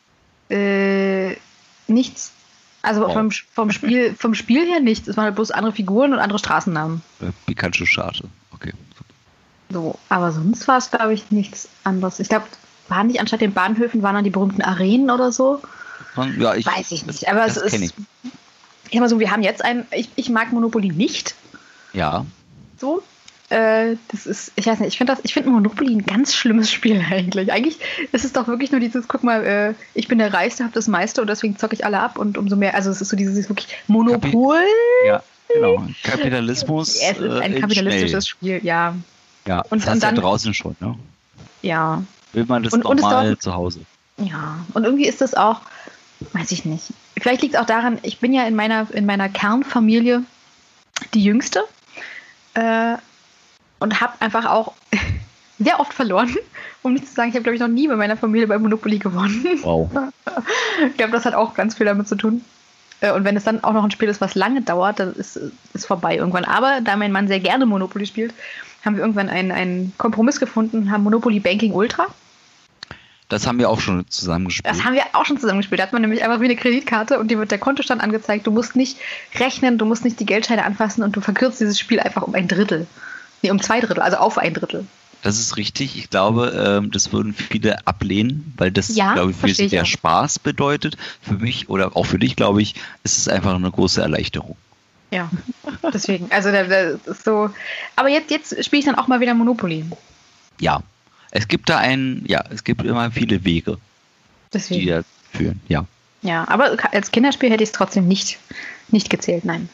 Äh, nichts. Also Oh. vom, vom, Spiel, vom Spiel her nichts. Es waren halt bloß andere Figuren und andere Straßennamen. Äh, Pikachu Scharte. Okay. So, aber sonst war es, glaube ich, nichts anderes. Ich glaube, waren nicht anstatt den Bahnhöfen, waren dann die berühmten Arenen oder so? Ja, ich, Weiß ich nicht. Aber das es kenn ist. Ich sag mal so, wir haben jetzt ein. Ich, ich mag Monopoly nicht. Ja. So. Äh, das ist, ich weiß nicht, ich finde das, ich finde Monopoly ein ganz schlimmes Spiel eigentlich. Eigentlich ist es doch wirklich nur dieses, guck mal, äh, ich bin der Reichste, hab das meiste und deswegen zocke ich alle ab und umso mehr, also es ist so dieses wirklich Monopol. Ja, genau. Kapitalismus. Es ist ein äh, in kapitalistisches schnell. Spiel, ja. Ja, Und- das hast und du ja dann- draußen schon, ne? Ja. Will man das Und- doch und es mal dauert- zu Hause? Ja. Und irgendwie ist das auch, weiß ich nicht. Vielleicht liegt es auch daran, ich bin ja in meiner, in meiner Kernfamilie die Jüngste. Äh, und habe einfach auch sehr oft verloren. Um nicht zu sagen, ich habe, glaube ich, noch nie bei meiner Familie bei Monopoly gewonnen. Wow. Ich glaube, das hat auch ganz viel damit zu tun. Äh, Und wenn es dann auch noch ein Spiel ist, was lange dauert, dann ist es vorbei irgendwann. Aber da mein Mann sehr gerne Monopoly spielt, haben wir irgendwann einen, einen Kompromiss gefunden, haben Monopoly Banking Ultra. Das haben wir auch schon zusammengespielt. Das haben wir auch schon zusammengespielt. Da hat man nämlich einfach wie eine Kreditkarte und dir wird der Kontostand angezeigt. Du musst nicht rechnen, du musst nicht die Geldscheine anfassen und du verkürzt dieses Spiel einfach um ein Drittel. Nee, um zwei Drittel, also auf ein Drittel. Das ist richtig. Ich glaube, ähm, das würden viele ablehnen, weil das, Ja, glaube ich, verstehe ich der auch. Spaß bedeutet. Für mich oder auch für dich, glaube ich, ist es einfach eine große Erleichterung. Ja, deswegen. Also da, da ist so. Aber jetzt, jetzt spiele ich dann auch mal wieder Monopoly. Ja, es gibt da einen, ja, es gibt immer viele Wege, die Deswegen. da führen. Ja. Ja, aber als Kinderspiel hätte ich es trotzdem nicht, nicht gezählt, nein.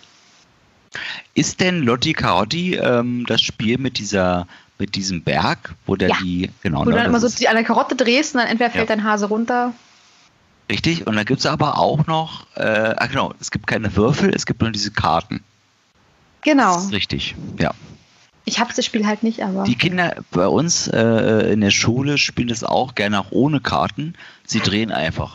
Ist denn Lotti Carotti ähm, das Spiel mit dieser, mit diesem Berg, wo der Ja. die, genau, Wo du ne, dann immer so das ist die, an der Karotte drehst und dann entweder fällt Ja. dein Hase runter. richtig? Und da gibt es aber auch noch, äh, ah genau, es gibt keine Würfel, es gibt nur diese Karten. Genau. Das ist richtig, ja. Ich habe das Spiel halt nicht, aber. Die Kinder bei uns äh, in der Schule spielen das auch gerne auch ohne Karten. Sie drehen einfach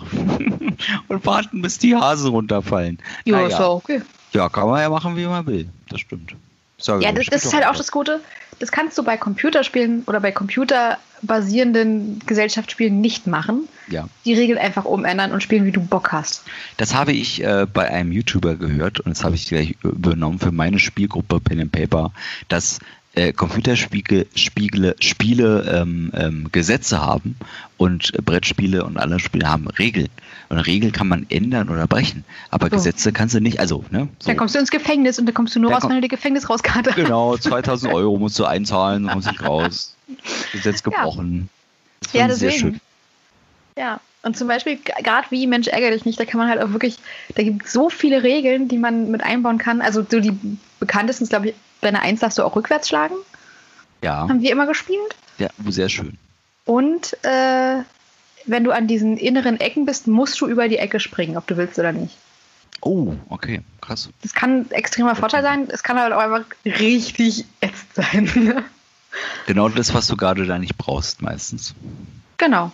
und warten, bis die Hasen runterfallen. Ja, Naja. ist ja okay. Ja, kann man ja machen, wie man will. Das stimmt. Sag Ja, ich, das, spielt das ist doch halt auch einfach. das Gute. Das kannst du bei Computerspielen oder bei computerbasierenden Gesellschaftsspielen nicht machen. Ja, Die Regeln einfach umändern und spielen, wie du Bock hast. das habe ich äh, bei einem YouTuber gehört und das habe ich gleich übernommen für meine Spielgruppe Pen and Paper, dass äh, Computerspiele Spiele, Spiele ähm, ähm, Gesetze haben und äh, Brettspiele und andere Spiele haben Regeln. Und Regeln kann man ändern oder brechen, aber So. Gesetze kannst du nicht, also, ne? So. Dann kommst du ins Gefängnis und dann kommst du nur Dann raus, komm- wenn du die Gefängnisrauskarte hast. Genau, zweitausend Euro musst du einzahlen, dann kommst du nicht raus. Gesetz gebrochen. Das Ja, fand ich sehr deswegen. schön. Ja, und zum Beispiel, gerade wie Mensch ärgere dich nicht, da kann man halt auch wirklich, da gibt es so viele Regeln, die man mit einbauen kann. Also so die bekanntesten ist, glaube ich, bei einer Eins darfst du auch rückwärts schlagen. Ja, Haben wir immer gespielt. ja, sehr schön. Und äh, wenn du an diesen inneren Ecken bist, musst du über die Ecke springen, ob du willst oder nicht. Oh, okay, krass. Das kann ein extremer Vorteil sein, es kann halt auch einfach richtig ätzend sein. Genau das, was du gerade da nicht brauchst, meistens. Genau.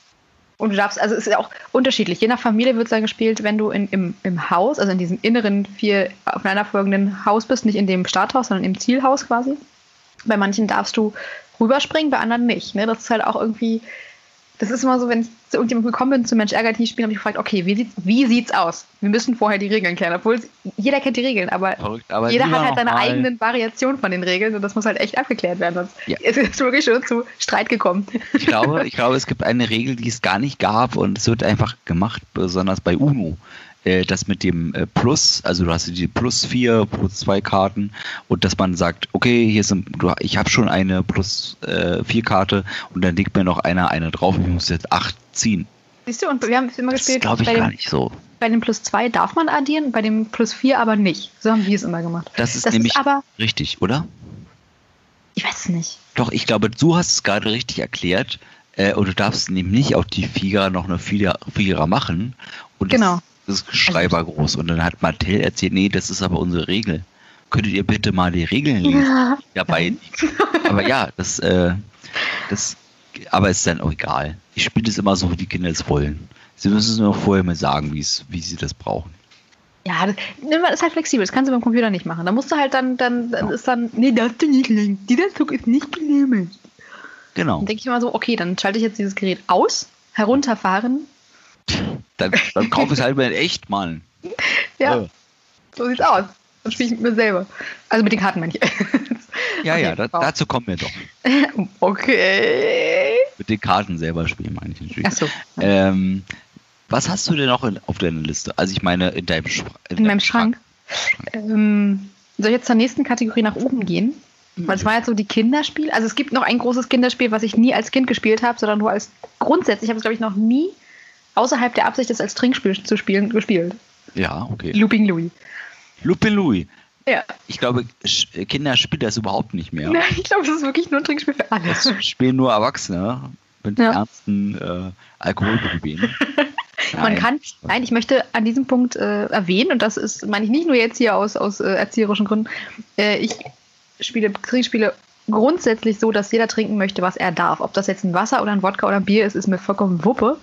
Und du darfst, also es ist ja auch unterschiedlich. Je nach Familie wird es dann gespielt, wenn du in, im, im Haus, also in diesem inneren vier aufeinanderfolgenden Haus bist, nicht in dem Starthaus, sondern im Zielhaus quasi. Bei manchen darfst du rüberspringen, bei anderen nicht. Ne? Das ist halt auch irgendwie, das ist immer so, wenn ich zu irgendjemandem gekommen bin, zum Mensch ärgert nicht spielen, habe ich gefragt, okay, wie sieht's, wie sieht's aus? Wir müssen vorher die Regeln klären. Obwohl es- jeder kennt die Regeln, aber Verrückt, aber jeder lieber hat halt seine noch mal- eigenen Variationen von den Regeln und das muss halt echt abgeklärt werden. Sonst Ja. es ist wirklich schon zu Streit gekommen. Ich glaube, ich glaube, es gibt eine Regel, die es gar nicht gab und es wird einfach gemacht, besonders bei UNO. Äh, Das mit dem äh, Plus, also du hast die Plus vier, Plus zwei Karten und dass man sagt, okay, hier ist ein, du, ich habe schon eine Plus äh, vier Karte und dann legt mir noch einer eine drauf und ich muss jetzt acht ziehen. Siehst du, und wir haben es immer Das gespielt, glaube ich bei gar dem, nicht so. bei dem Plus zwei darf man addieren, bei dem Plus vier aber nicht. So haben wir es immer gemacht. Das ist Das nämlich ist aber, richtig, oder? ich weiß es nicht. Doch, ich glaube, du hast es gerade richtig erklärt. Äh, und du darfst nämlich nicht auf die Vierer noch eine Vierer, Vierer machen. Und das, Genau. das ist Schreiber groß. Und dann hat Mattel erzählt, nee, das ist aber unsere Regel. Könntet ihr bitte mal die Regeln lesen? Dabei. Aber ja, das, äh, das, aber ist dann auch egal. Ich spiele das immer so, wie die Kinder es wollen. Sie müssen es nur vorher mal sagen, wie es, wie sie das brauchen. Ja, das, das ist halt flexibel, das kannst du beim Computer nicht machen. Da musst du halt dann, dann, dann ist dann, nee, darfst du nicht legen. Dieser Zug ist nicht genehmigt. Genau. Dann denke ich immer so, okay, dann schalte ich jetzt dieses Gerät aus, herunterfahren. Dann, dann kaufe ich es halt mal in echt, Mann. Ja, Ja. so sieht's aus. Dann spiele ich mit mir selber. Also mit den Karten, meine ich. Ja, Okay, ja, da, wow. dazu kommen wir doch. Okay. Mit den Karten selber spielen, meine ich natürlich. Achso. Ähm, was hast du denn noch in, auf deiner Liste? Also ich meine, in deinem, Schra in In deinem meinem Schrank. Ähm, soll ich jetzt zur nächsten Kategorie nach oben gehen? Weil es war jetzt so die Kinderspiel. Also es gibt noch ein großes Kinderspiel, was ich nie als Kind gespielt habe, sondern nur als grundsätzlich. Ich habe es, glaube ich, noch nie außerhalb der Absicht, das als Trinkspiel zu spielen, gespielt. Ja, okay. Looping Louis. Lupin Louis. Ja. Ich glaube, Sch- Kinder spielen das überhaupt nicht mehr. Nein, ich glaube, das ist wirklich nur ein Trinkspiel für alle. Das spielen nur Erwachsene mit Ja. ernsten äh, Alkoholproblemen. Man kann, nein, ich möchte an diesem Punkt äh, erwähnen, und das ist, meine ich nicht nur jetzt hier aus, aus äh, erzieherischen Gründen, äh, ich spiele Trinkspiele grundsätzlich so, dass jeder trinken möchte, was er darf. Ob das jetzt ein Wasser oder ein Wodka oder ein Bier ist, ist mir vollkommen Wuppe.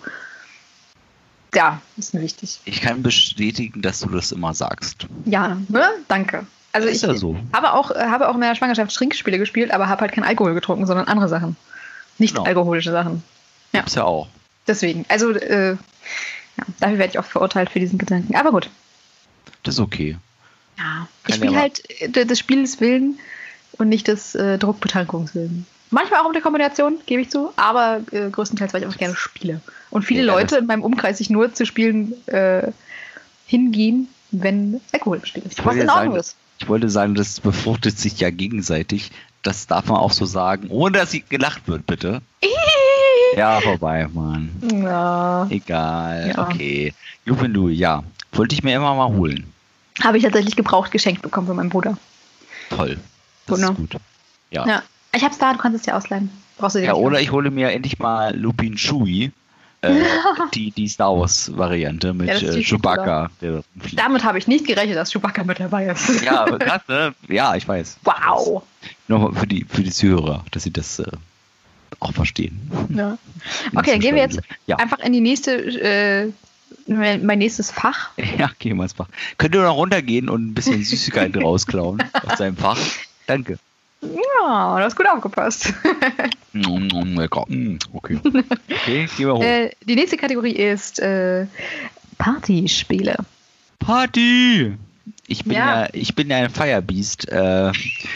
Ja, ist mir wichtig. Ich kann bestätigen, dass du das immer sagst. Ja, ne? Danke. Also Ist ich ja so. habe auch, äh, habe auch in meiner Schwangerschaft Trinkspiele gespielt, aber habe halt keinen Alkohol getrunken, sondern andere Sachen. Nicht Genau. alkoholische Sachen. Ja. Gibt's ja auch. Deswegen. Also, äh, ja, dafür werde ich oft verurteilt für diesen Gedanken. Aber gut. Das ist okay. Ja. Kann Ich spiele ja halt äh, des Spiels willen und nicht des äh, Druckbetankungswillen. Manchmal auch um die Kombination, gebe ich zu, aber äh, größtenteils, weil ich einfach gerne spiele. Und viele Ja, Leute das- in meinem Umkreis sich nur zu Spielen äh, hingehen, wenn Alkohol im Spiel ist. Ich Was wollte in ja Ordnung sagen, ist. Ich wollte sagen, das befruchtet sich ja gegenseitig. Das darf man auch so sagen, ohne dass sie gelacht wird, bitte. Ja, vorbei, Mann. Ja. Egal, Ja. okay. Lupin Louis, ja. Wollte ich mir immer mal holen. Habe ich tatsächlich gebraucht geschenkt bekommen von meinem Bruder. Toll. Das Genau. ist gut. Ja. Ja. Ich hab's da, du kannst es dir ausleihen. Brauchst du dir Ja, nicht oder kaufen. ich hole mir endlich mal Lupin Chewie. Äh, die, die Star Wars Variante mit Ja, das ist äh, viel Chewbacca. Der da rumfliegt. Damit habe ich nicht gerechnet, dass Chewbacca mit dabei ist. Ja, krass, ne? Ja, ich weiß. Wow. Nur für die, für die Zuhörer, dass sie das äh, auch verstehen. Ja. Okay, dann gehen wir jetzt Ja. einfach in die nächste, äh, mein mein nächstes Fach. Ja, gehen wir ins Fach. Könnt ihr noch runtergehen und ein bisschen Süßigkeiten rausklauen aus seinem Fach? Danke. Ja, du hast gut aufgepasst. Mm, mm, lecker. Mm, okay. Okay, gehen wir hoch. äh, die nächste Kategorie ist äh, Partyspiele. Party! Ich bin ja, Ja. ich bin ja ein Firebeast. Äh,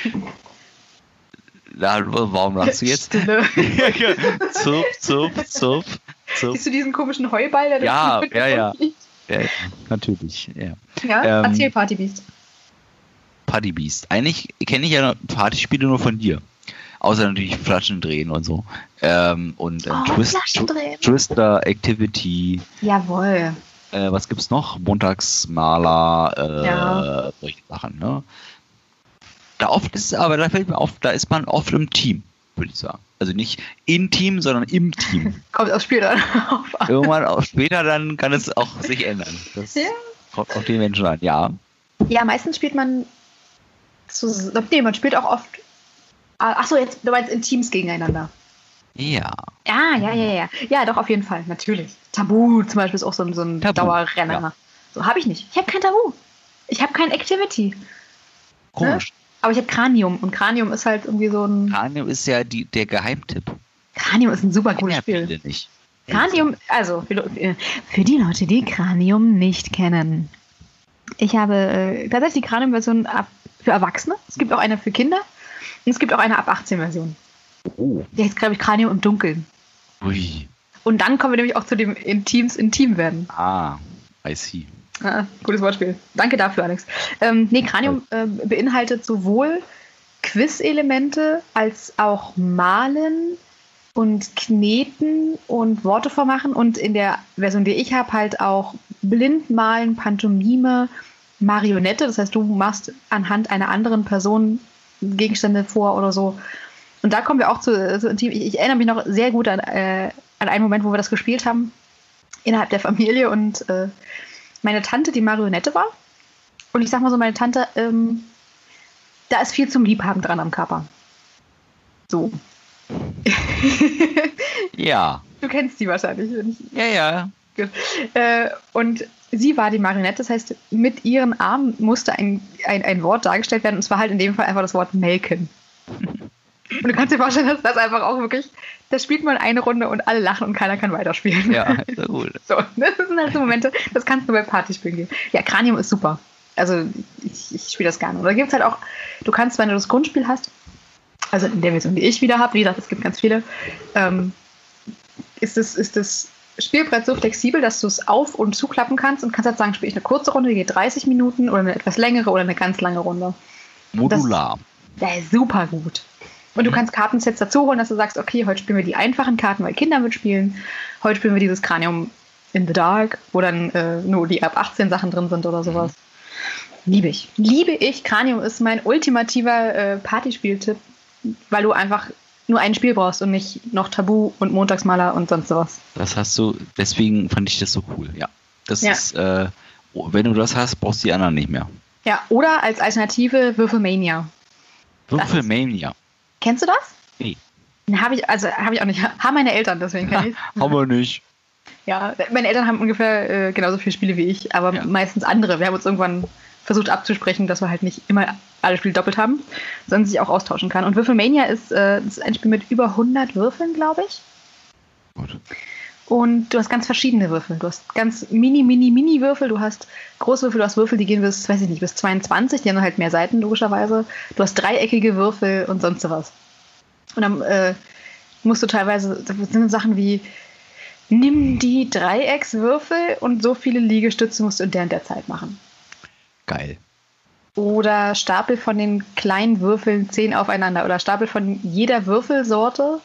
da, warum lachst du jetzt? Stille. Zupf, zupf, zupf, zupf. Siehst du diesen komischen Heuball, der Ja, durch die ja, ja. fliegt? Ja, natürlich, ja. Ja, Ähm, erzähl Partybeast. Partybeast. Eigentlich kenne ich ja Partyspiele nur von dir. Außer natürlich Flaschen drehen und so. Ähm, und ähm, Oh, Twist, Flaschen drehen. Twister, Activity. Jawohl. Äh, was gibt's noch? Montagsmaler, äh, Ja. solche Sachen, ne? Da oft ist, aber da fällt mir auf, da ist man oft im Team, würde ich sagen. Also nicht in Team, sondern im Team. Kommt aufs Spiel dann auf an. Irgendwann auch später dann kann es auch sich ändern. Das Ja. kommt auf den Menschen an, ja. Ja, meistens spielt man zusammen. Nee, man spielt auch oft. Achso, jetzt du meinst in Teams gegeneinander. Ja. Ja, ja, ja, ja. Ja, doch, auf jeden Fall, natürlich. Tabu zum Beispiel ist auch so ein, so ein Tabu, Dauerrenner. ja. So habe ich nicht. Ich habe kein Tabu. Ich habe kein Activity. Komisch. Aber ich habe Cranium. Und Cranium ist halt irgendwie so ein. Cranium ist ja die, der Geheimtipp. Cranium ist ein super cooles Ja, Spiel. viele nicht. Cranium, also für, äh, für die Leute, die Cranium nicht kennen. Ich habe äh, tatsächlich die Cranium-Version ab- für Erwachsene. Es gibt auch eine für Kinder. Und es gibt auch eine ab achtzehn Version. Oh. Die heißt, glaube ich, Cranium im Dunkeln. Ui. Und dann kommen wir nämlich auch zu dem in Teams intim werden. Ah, I see. Ah, gutes Wortspiel. Danke dafür, Alex. Ähm, nee, Cranium äh, beinhaltet sowohl Quiz-Elemente als auch Malen und Kneten und Worte vormachen. Und in der Version, die ich habe, halt auch Blindmalen, Pantomime, Marionette. Das heißt, du machst anhand einer anderen Person Gegenstände vor oder so. Und da kommen wir auch zu, zu intim. Ich, ich erinnere mich noch sehr gut an, äh, an einen Moment, wo wir das gespielt haben innerhalb der Familie und äh, meine Tante, die Marionette war. Und ich sag mal so, meine Tante, ähm, da ist viel zum Liebhaben dran am Körper. So. Ja. Du kennst die wahrscheinlich. Wenn ich, Ja, ja. gut. Äh, und sie war die Marionette, das heißt, mit ihren Armen musste ein, ein, ein Wort dargestellt werden, und zwar halt in dem Fall einfach das Wort melken. Und du kannst dir vorstellen, dass das einfach auch wirklich, da spielt man eine Runde und alle lachen und keiner kann weiterspielen. Ja, sehr gut. So, das sind halt so Momente, das kannst du bei Partyspielen geben. Ja, Cranium ist super. Also ich, ich spiele das gerne. Und da gibt es halt auch, du kannst, wenn du das Grundspiel hast, also in der Version, die ich wieder habe, wie gesagt, es gibt ganz viele, ähm, ist das, ist das Spielbrett so flexibel, dass du es auf- und zuklappen kannst und kannst halt sagen, spiele ich eine kurze Runde, die geht dreißig Minuten oder eine etwas längere oder eine ganz lange Runde. Modular. Das, ja, super gut. Und du kannst Kartensets dazu holen, dass du sagst, okay, heute spielen wir die einfachen Karten, weil Kinder mitspielen. Heute spielen wir dieses Cranium in the Dark, wo dann äh, nur die ab achtzehn Sachen drin sind oder sowas. Liebe ich. Liebe ich. Cranium ist mein ultimativer äh, Partyspieltipp, weil du einfach nur ein Spiel brauchst und nicht noch Tabu und Montagsmaler und sonst sowas. Das hast du, deswegen fand ich das so cool, ja. Das Ja. ist, äh, wenn du das hast, brauchst du die anderen nicht mehr. Ja, oder als Alternative Würfelmania. Würfelmania. Kennst du das? Nee. Habe ich, also habe ich auch nicht. Haben meine Eltern, deswegen kenne ich es. Haben wir nicht. Ja, meine Eltern haben ungefähr äh, genauso viele Spiele wie ich, aber Ja. meistens andere. Wir haben uns irgendwann versucht abzusprechen, dass wir halt nicht immer alle Spiele doppelt haben, sondern sich auch austauschen kann. Und Würfelmania ist, äh, ist ein Spiel mit über hundert Würfeln, glaube ich. Gut. Und du hast ganz verschiedene Würfel. Du hast ganz mini, mini, mini Würfel. Du hast Großwürfel, du hast Würfel, die gehen bis, weiß ich nicht, bis zweiundzwanzig. Die haben halt mehr Seiten, logischerweise. Du hast dreieckige Würfel und sonst was. Und dann äh, musst du teilweise, das sind Sachen wie, nimm die Dreieckswürfel und so viele Liegestütze musst du in der und der Zeit machen. Geil. Oder Stapel von den kleinen Würfeln zehn aufeinander. Oder Stapel von jeder Würfelsorte.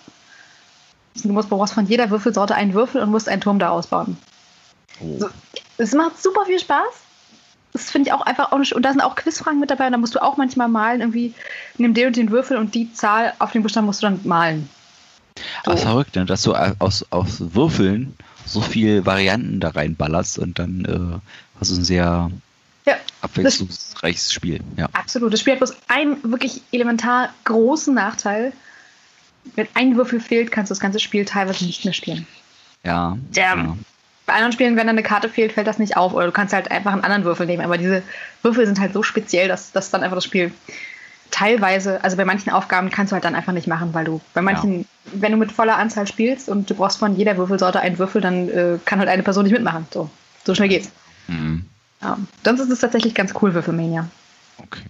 Du musst, brauchst von jeder Würfelsorte einen Würfel und musst einen Turm da ausbauen. Oh. So, es macht super viel Spaß. Das finde ich auch einfach auch nicht. Und da sind auch Quizfragen mit dabei. Und da musst du auch manchmal malen. Irgendwie nimm den und den Würfel und die Zahl auf den Buchstaben musst du dann malen. Aber es ist verrückt, ne? Dass du aus, aus Würfeln so viel Varianten da reinballerst und dann äh, hast du ein sehr Ja, abwechslungsreiches Spiel. Ja. absolut. Das Spiel hat bloß einen wirklich elementar großen Nachteil. Wenn ein Würfel fehlt, kannst du das ganze Spiel teilweise nicht mehr spielen. Ja. Damn. ja. Bei anderen Spielen, wenn da eine Karte fehlt, fällt das nicht auf. Oder du kannst halt einfach einen anderen Würfel nehmen. Aber diese Würfel sind halt so speziell, dass, dass dann einfach das Spiel teilweise, also bei manchen Aufgaben kannst du halt dann einfach nicht machen, weil du bei manchen, ja. wenn du mit voller Anzahl spielst und du brauchst von jeder Würfelsorte einen Würfel, dann äh, kann halt eine Person nicht mitmachen. So, so schnell geht's. Mhm. Ja. Sonst ist es tatsächlich ganz cool, Würfelmania. Okay.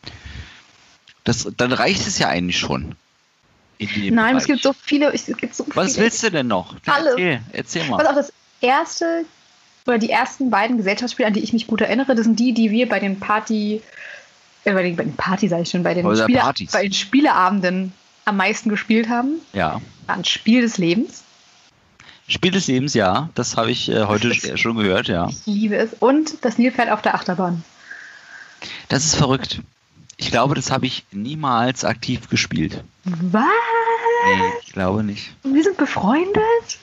Das, dann reicht es ja eigentlich schon. Nein, Bereich. es gibt so viele. Es gibt so Was viele. willst du denn noch? Alles. Erzähl, erzähl mal. Was auch das erste oder die ersten beiden Gesellschaftsspiele, an die ich mich gut erinnere, das sind die, die wir bei den Party, äh, bei den, bei den Party, sag ich schon, bei den, Spiele, bei den Spieleabenden am meisten gespielt haben. Ja. Ein Spiel des Lebens. Spiel des Lebens, ja. Das habe ich äh, heute schon gehört, ja. Ich liebe es. Und das Nilpferd auf der Achterbahn. Das ist verrückt. Ich glaube, das habe ich niemals aktiv gespielt. Was? Nee, ich glaube nicht. Wir sind befreundet?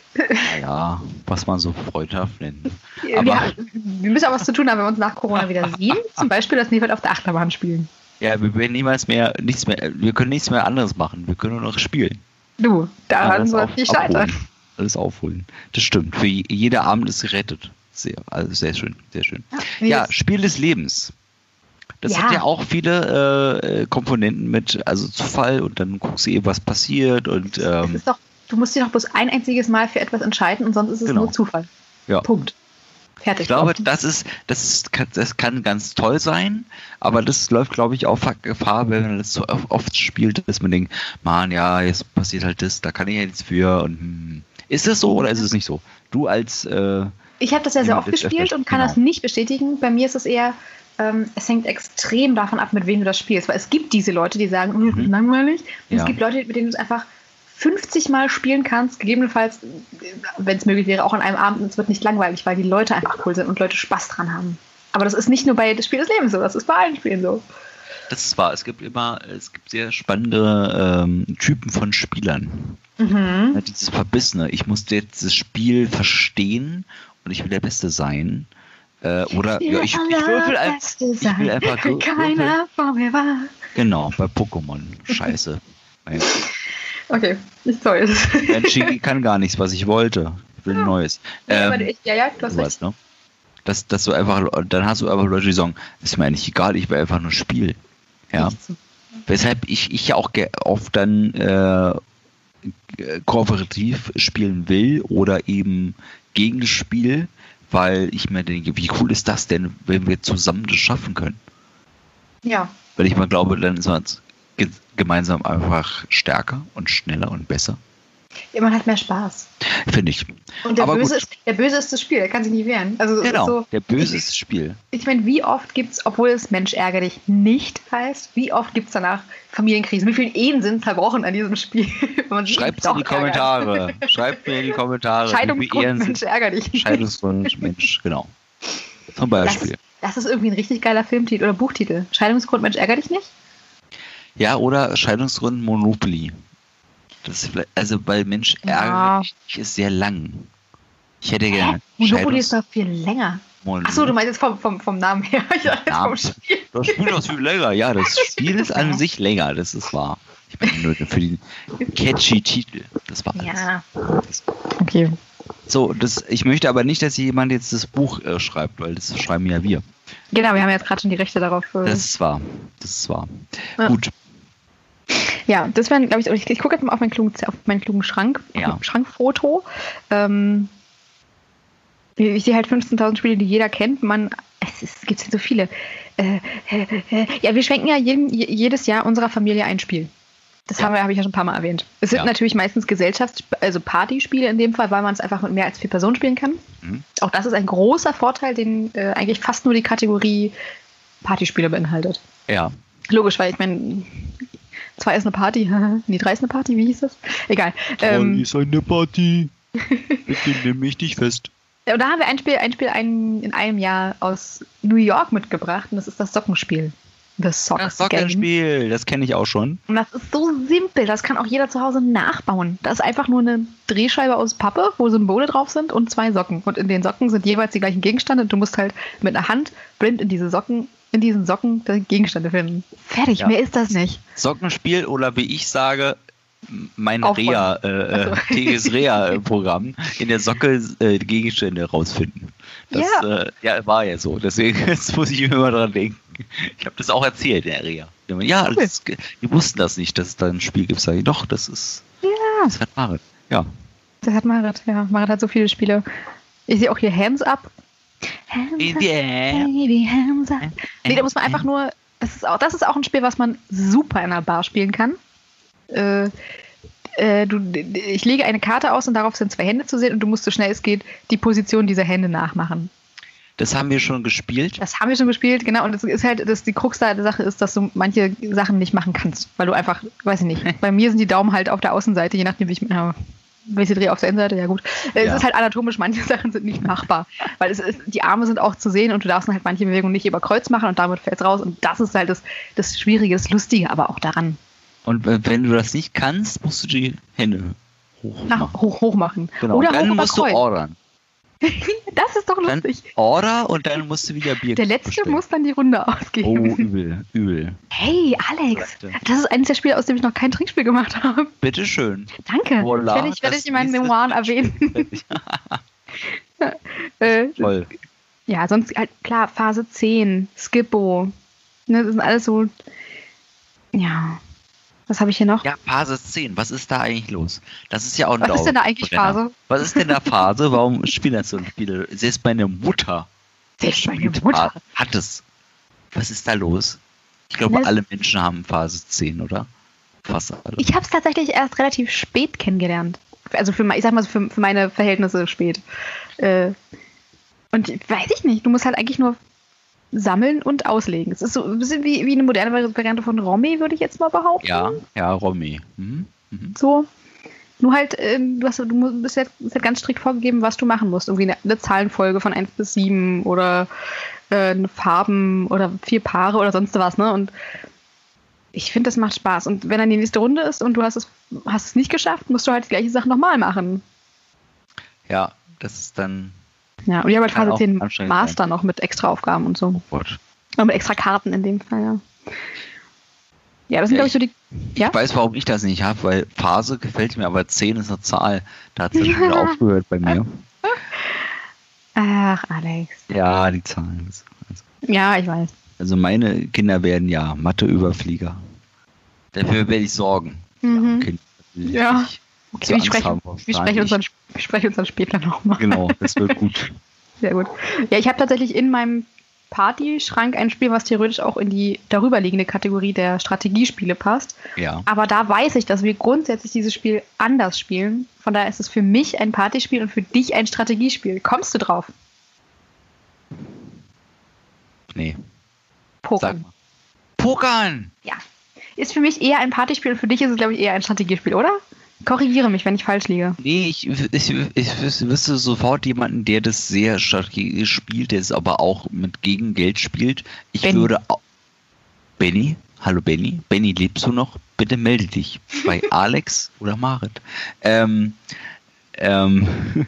Ja, was man so freundschaft nennt. Aber wir, wir müssen auch was zu tun haben, wenn wir uns nach Corona wieder sehen. Zum Beispiel das Nilpferd auf der Achterbahn spielen. Ja, wir werden niemals mehr, nichts mehr, wir können nichts mehr anderes machen. Wir können nur noch spielen. Du, daran soll es nicht scheitern. Alles aufholen. Das stimmt. Für jeder Abend ist gerettet. Sehr, also sehr schön, sehr schön. Ja, ja Spiel des Lebens. Das ja. hat ja auch viele äh, Komponenten mit, also Zufall und dann guckst du eben, was passiert und ähm, das ist doch, du musst dich doch bloß ein einziges Mal für etwas entscheiden und sonst ist es genau. nur Zufall. Ja. Punkt. Fertig. Ich glaube, das ist, das ist, das kann ganz toll sein, aber das läuft, glaube ich, auch Gefahr, wenn man das so oft spielt, dass man denkt, man, ja, jetzt passiert halt das, da kann ich ja nichts für und hm. Ist es so oder ist es nicht so? Du als äh, Ich habe das ja sehr oft gespielt und kann genau. das nicht bestätigen. Bei mir ist es eher Ähm, es hängt extrem davon ab, mit wem du das spielst. Weil es gibt diese Leute, die sagen, mhm. das ist langweilig. Und ja. es gibt Leute, mit denen du es einfach fünfzig Mal spielen kannst. Gegebenenfalls, wenn es möglich wäre, auch an einem Abend. Und es wird nicht langweilig, weil die Leute einfach cool sind und Leute Spaß dran haben. Aber das ist nicht nur bei das Spiel des Lebens so. Das ist bei allen Spielen so. Das ist wahr. Es gibt immer, es gibt sehr spannende ähm, Typen von Spielern. Mhm. Ja, dieses Verbissene. Ich muss jetzt das Spiel verstehen und ich will der Beste sein. Äh, oder ja, ich, ich, würfel ein, ich will einfach würfel. Keiner vor mir war. Genau, bei Pokémon. Scheiße. Okay, ist toll. Mensch kann gar nichts, was ich wollte. Ich will ein neues. Ähm, ja, ja, ja, du hast sowas, ne? Das, das so einfach, dann hast du aber Leute, die sagen, ist mir eigentlich egal, ich will einfach nur spielen. Ja. Weshalb ich, ich ja auch ge- oft dann äh, kooperativ spielen will oder eben gegen das Spiel, weil ich mir denke, wie cool ist das denn, wenn wir zusammen das schaffen können? Ja. Weil ich mal glaube, dann ist man ge- gemeinsam einfach stärker und schneller und besser. Ja, man hat mehr Spaß. Finde ich. Und der Aber Böse, gut. ist, der Böse ist das Spiel, der kann sich nicht wehren. Also, es Genau, ist so, der Böse ist das Spiel. ich meine, wie oft gibt es, obwohl es Mensch ärgere dich nicht heißt, wie oft gibt es danach Familienkrisen? Wie viele Ehen sind zerbrochen an diesem Spiel? Schreibt es in die Kommentare. Schreibt mir in die Kommentare. Scheidungsgrund, Mensch ärgere dich. Scheidungsgrund, Mensch, genau. Zum Beispiel. Das, das ist irgendwie ein richtig geiler Filmtitel oder Buchtitel. Scheidungsgrund, Mensch ärgere dich nicht? Ja, oder Scheidungsgrund Monopoly. Das ist vielleicht, also bei Mensch Ja. ärgere dich ist sehr lang. Ich hätte gerne. Monopoly ist doch viel länger. Mon- Achso, du meinst jetzt vom, vom, vom Namen her. Ich dachte jetzt vom Namen. Spiel. Das Spiel ist viel länger. Ja, das Spiel ist an sich länger, das ist wahr. Ich meine nur für den catchy Titel. Das war alles. Ja. Okay. So, das, ich möchte aber nicht, dass jemand jetzt das Buch äh, schreibt, weil das schreiben ja wir. Genau, wir haben jetzt gerade schon die Rechte darauf. Äh, Das ist wahr. Das ist wahr. Ja. Gut. Ja, das wären, glaube ich, ich, ich gucke jetzt mal auf meinen klugen, auf meinen klugen Schrank, Ja. auf mein Schrankfoto. Ähm, ich sehe halt fünfzehntausend Spiele, die jeder kennt. Man, es, ist, es gibt so viele. Äh, äh, äh, ja, wir schenken ja jeden, jedes Jahr unserer Familie ein Spiel. Das Ja. haben wir, habe ich ja schon ein paar Mal erwähnt. Es sind Ja. natürlich meistens Gesellschafts-, also Partyspiele in dem Fall, weil man es einfach mit mehr als vier Personen spielen kann. Mhm. Auch das ist ein großer Vorteil, den äh, eigentlich fast nur die Kategorie Partyspiele beinhaltet. Ja. Logisch, weil ich meine, zwei ist eine Party, nee, drei ist eine Party, wie hieß das? Egal. Ähm, ist eine Party. Bitte nimm mich nicht fest. und da haben wir ein Spiel, ein Spiel ein, in einem Jahr aus New York mitgebracht und das ist das Sockenspiel. The Socks Das Game. Sockenspiel, das kenne ich auch schon. Und das ist so simpel, das kann auch jeder zu Hause nachbauen. Das ist einfach nur eine Drehscheibe aus Pappe, wo Symbole drauf sind und zwei Socken. Und in den Socken sind jeweils die gleichen Gegenstände und du musst halt mit einer Hand blind in diese Socken, in diesen Socken die Gegenstände finden. Fertig, Ja. mehr ist das nicht. Sockenspiel oder wie ich sage, mein Aufräumen. Rea, äh, äh, Ach so. tägliches Rea-Programm in der Socke äh, die Gegenstände rausfinden. Das Ja. Äh, ja, war ja so. Deswegen jetzt muss ich immer dran denken. Ich habe das auch erzählt in der Rea. Ja, Cool. das, die wussten das nicht, dass es da ein Spiel gibt. Sag ich, doch, das ist. Ja. Das hat Marit. Ja. Das hat Marit, ja. Marit hat so viele Spiele. Ich sehe auch hier Hands Up. Hands Up, Yeah. baby, Hands Up. Nee, da muss man einfach nur, das ist auch, das ist auch ein Spiel, was man super in einer Bar spielen kann. Äh, äh, du, ich lege eine Karte aus und darauf sind zwei Hände zu sehen und du musst so schnell es geht die Position dieser Hände nachmachen. Das haben wir schon gespielt. Das haben wir schon gespielt, genau. Und das ist halt, das, die Krux der Sache ist, dass du manche Sachen nicht machen kannst, weil du einfach, weiß ich nicht, bei mir sind die Daumen halt auf der Außenseite, je nachdem, wie ich, ja, welche drehe auf der Innenseite, ja gut. Es Ja. ist halt anatomisch, manche Sachen sind nicht machbar, weil es ist, die Arme sind auch zu sehen und du darfst halt manche Bewegungen nicht über Kreuz machen und damit fällt es raus und das ist halt das, das Schwierige, das Lustige aber auch daran. Und w- wenn du das nicht kannst, musst du die Hände hoch Nach, machen. hoch, hoch machen. Genau. Oder Und dann hoch über musst du Kreuz. ordern. Das ist doch Dann lustig. Order und dann musst du wieder Bier Der Letzte bestellen. muss dann die Runde Oh, ausgeben. übel, übel. Hey, Alex, das ist eines der Spiele, aus dem ich noch kein Trinkspiel gemacht habe. Bitteschön. Danke. Voilà, das werde ich, werde das ich in meinen nächste Memoiren erwähnen. äh, Toll. ja, sonst halt klar, Phase zehn, Skippo. Ne, das sind alles so. Ja. Was habe ich hier noch? Ja, Phase zehn, was ist da eigentlich los? Das ist ja auch ein Was ist denn da eigentlich Dauerbrenner. Phase? Was ist denn da Phase? Warum spielen das so Spiele? Selbst meine Mutter Selbst meine spielt Mutter. Phase- hat es. Was ist da los? Ich glaube, Ne? alle Menschen haben Phase zehn, oder? Fast alle. Ich habe es tatsächlich erst relativ spät kennengelernt. Also für, ich sag mal so für, für meine Verhältnisse spät. Äh, und weiß ich nicht, du musst halt eigentlich nur sammeln und auslegen. Es ist so ein bisschen wie, wie eine moderne Variante von Romy, würde ich jetzt mal behaupten. Ja, ja, Romy. Mhm. Mhm. So. Nur halt, äh, du, hast, du musst, bist, halt, bist halt ganz strikt vorgegeben, was du machen musst. Irgendwie eine, eine Zahlenfolge von eins bis sieben oder äh, eine Farben oder vier Paare oder sonst was, ne? Und ich finde, das macht Spaß. Und wenn dann die nächste Runde ist und du hast es, hast es nicht geschafft, musst du halt die gleiche Sache nochmal machen. Ja, das ist dann. Ja, und ich habe halt Kann Phase auch zehn anstrengend Master noch mit extra Aufgaben und so. Oh Gott. Aber mit extra Karten in dem Fall, ja. Ja, das sind, Ja, glaube ich, so die. Ja? Ich weiß, warum ich das nicht habe, weil Phase gefällt mir, aber zehn ist eine Zahl. Da hat es ja schon wieder aufgehört bei mir. Ach, Alex. Ja, die Zahlen. Also, Ja, ich weiß. also meine Kinder werden ja Mathe-Überflieger. Dafür werde ich sorgen. Mhm. Ja, okay. Ja. Okay, so wir Angst sprechen, haben vor wir, Fragen sprechen uns dann, nicht. wir sprechen uns dann später nochmal. Genau, das wird gut. Sehr gut. Ja, ich habe tatsächlich in meinem Partyschrank ein Spiel, was theoretisch auch in die darüberliegende Kategorie der Strategiespiele passt. Ja. Aber da weiß ich, dass wir grundsätzlich dieses Spiel anders spielen. Von daher ist es für mich ein Partyspiel und für dich ein Strategiespiel. Kommst du drauf? Nee. Pokern. Sag mal. Pokern! Ja. Ist für mich eher ein Partyspiel und für dich ist es, glaube ich, eher ein Strategiespiel, oder? Korrigiere mich, wenn ich falsch liege. Nee, ich, ich, ich wüsste sofort jemanden, der das sehr strategisch spielt, der es aber auch mit Gegengeld spielt. Ich Benny. würde auch. Benny? Hallo Benny? Benny, lebst du noch? Bitte melde dich bei Alex oder Marit. Ähm, ähm,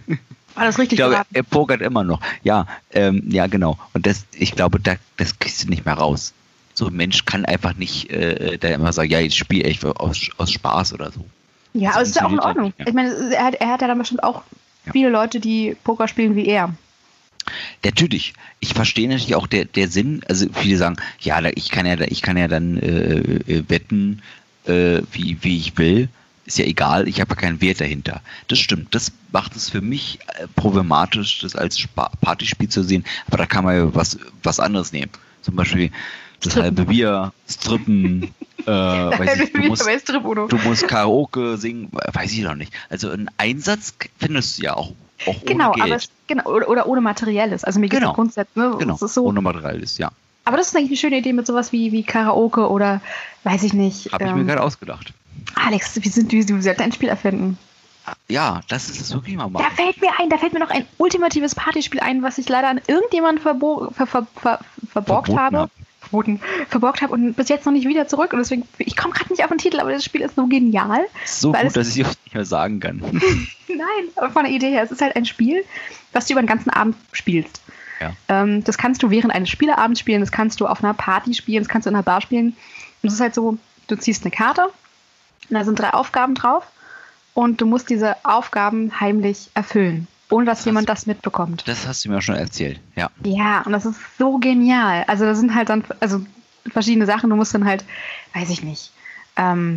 War das richtig ich glaube, geraten? er pokert immer noch. Ja, ähm, ja, genau. Und das, ich glaube, da, das kriegst du nicht mehr raus. So ein Mensch kann einfach nicht, äh, da immer sagen, ja, ich spiele echt aus, aus Spaß oder so. Ja, Das aber es ist ja auch in funktioniert Ordnung. nicht, ja. Ich meine, er hat, er hat ja dann bestimmt auch Ja. viele Leute, die Poker spielen wie er. Natürlich. Ich verstehe natürlich auch der, der Sinn. Also viele sagen, ja, da- ich kann ja, da- ich kann ja dann äh, äh, wetten, äh, wie, wie ich will. Ist ja egal, ich habe ja keinen Wert dahinter. Das stimmt. Das macht es für mich äh, problematisch, das als Spa Partyspiel zu sehen. Aber da kann man ja was, was anderes nehmen. Zum Beispiel das Strippen. halbe Bier, Strippen, äh, weiß ich, du musst, bei Strip Uno. du musst Karaoke singen, weiß ich doch nicht. Also einen Einsatz findest du ja auch, auch Genau, ohne Geld. aber es, genau, oder, oder ohne Materielles. Also mir geht es Genau. auch grundsätzlich, ne? Genau, Es ist so, ohne Material ist, ja. aber das ist eigentlich eine schöne Idee mit sowas wie, wie Karaoke oder weiß ich nicht. Habe ich ähm, mir gerade ausgedacht. Alex, wir sind wir sollten ein Spiel erfinden. Ja, lass es das wirklich mal Da machen. fällt mir ein, da fällt mir noch ein ultimatives Partyspiel ein, was ich leider an irgendjemanden verbo ver ver ver verborgt Verboten habe. hab. Verboten, verborgt habe und bis jetzt noch nicht wieder zurück. Und deswegen, ich komme gerade nicht auf den Titel, aber das Spiel ist so genial. So weil gut, es- dass ich es nicht mehr sagen kann. Nein, aber von der Idee her, es ist halt ein Spiel, was du über den ganzen Abend spielst. Ja. Ähm, das kannst du während eines Spieleabends spielen, das kannst du auf einer Party spielen, das kannst du in einer Bar spielen. Und es ist halt so, du ziehst eine Karte, und da sind drei Aufgaben drauf und du musst diese Aufgaben heimlich erfüllen, ohne dass Krass. jemand das mitbekommt. Das hast du mir schon erzählt. Ja. Ja, und das ist so genial. Also da sind halt dann also verschiedene Sachen. Du musst dann halt, weiß ich nicht, ähm,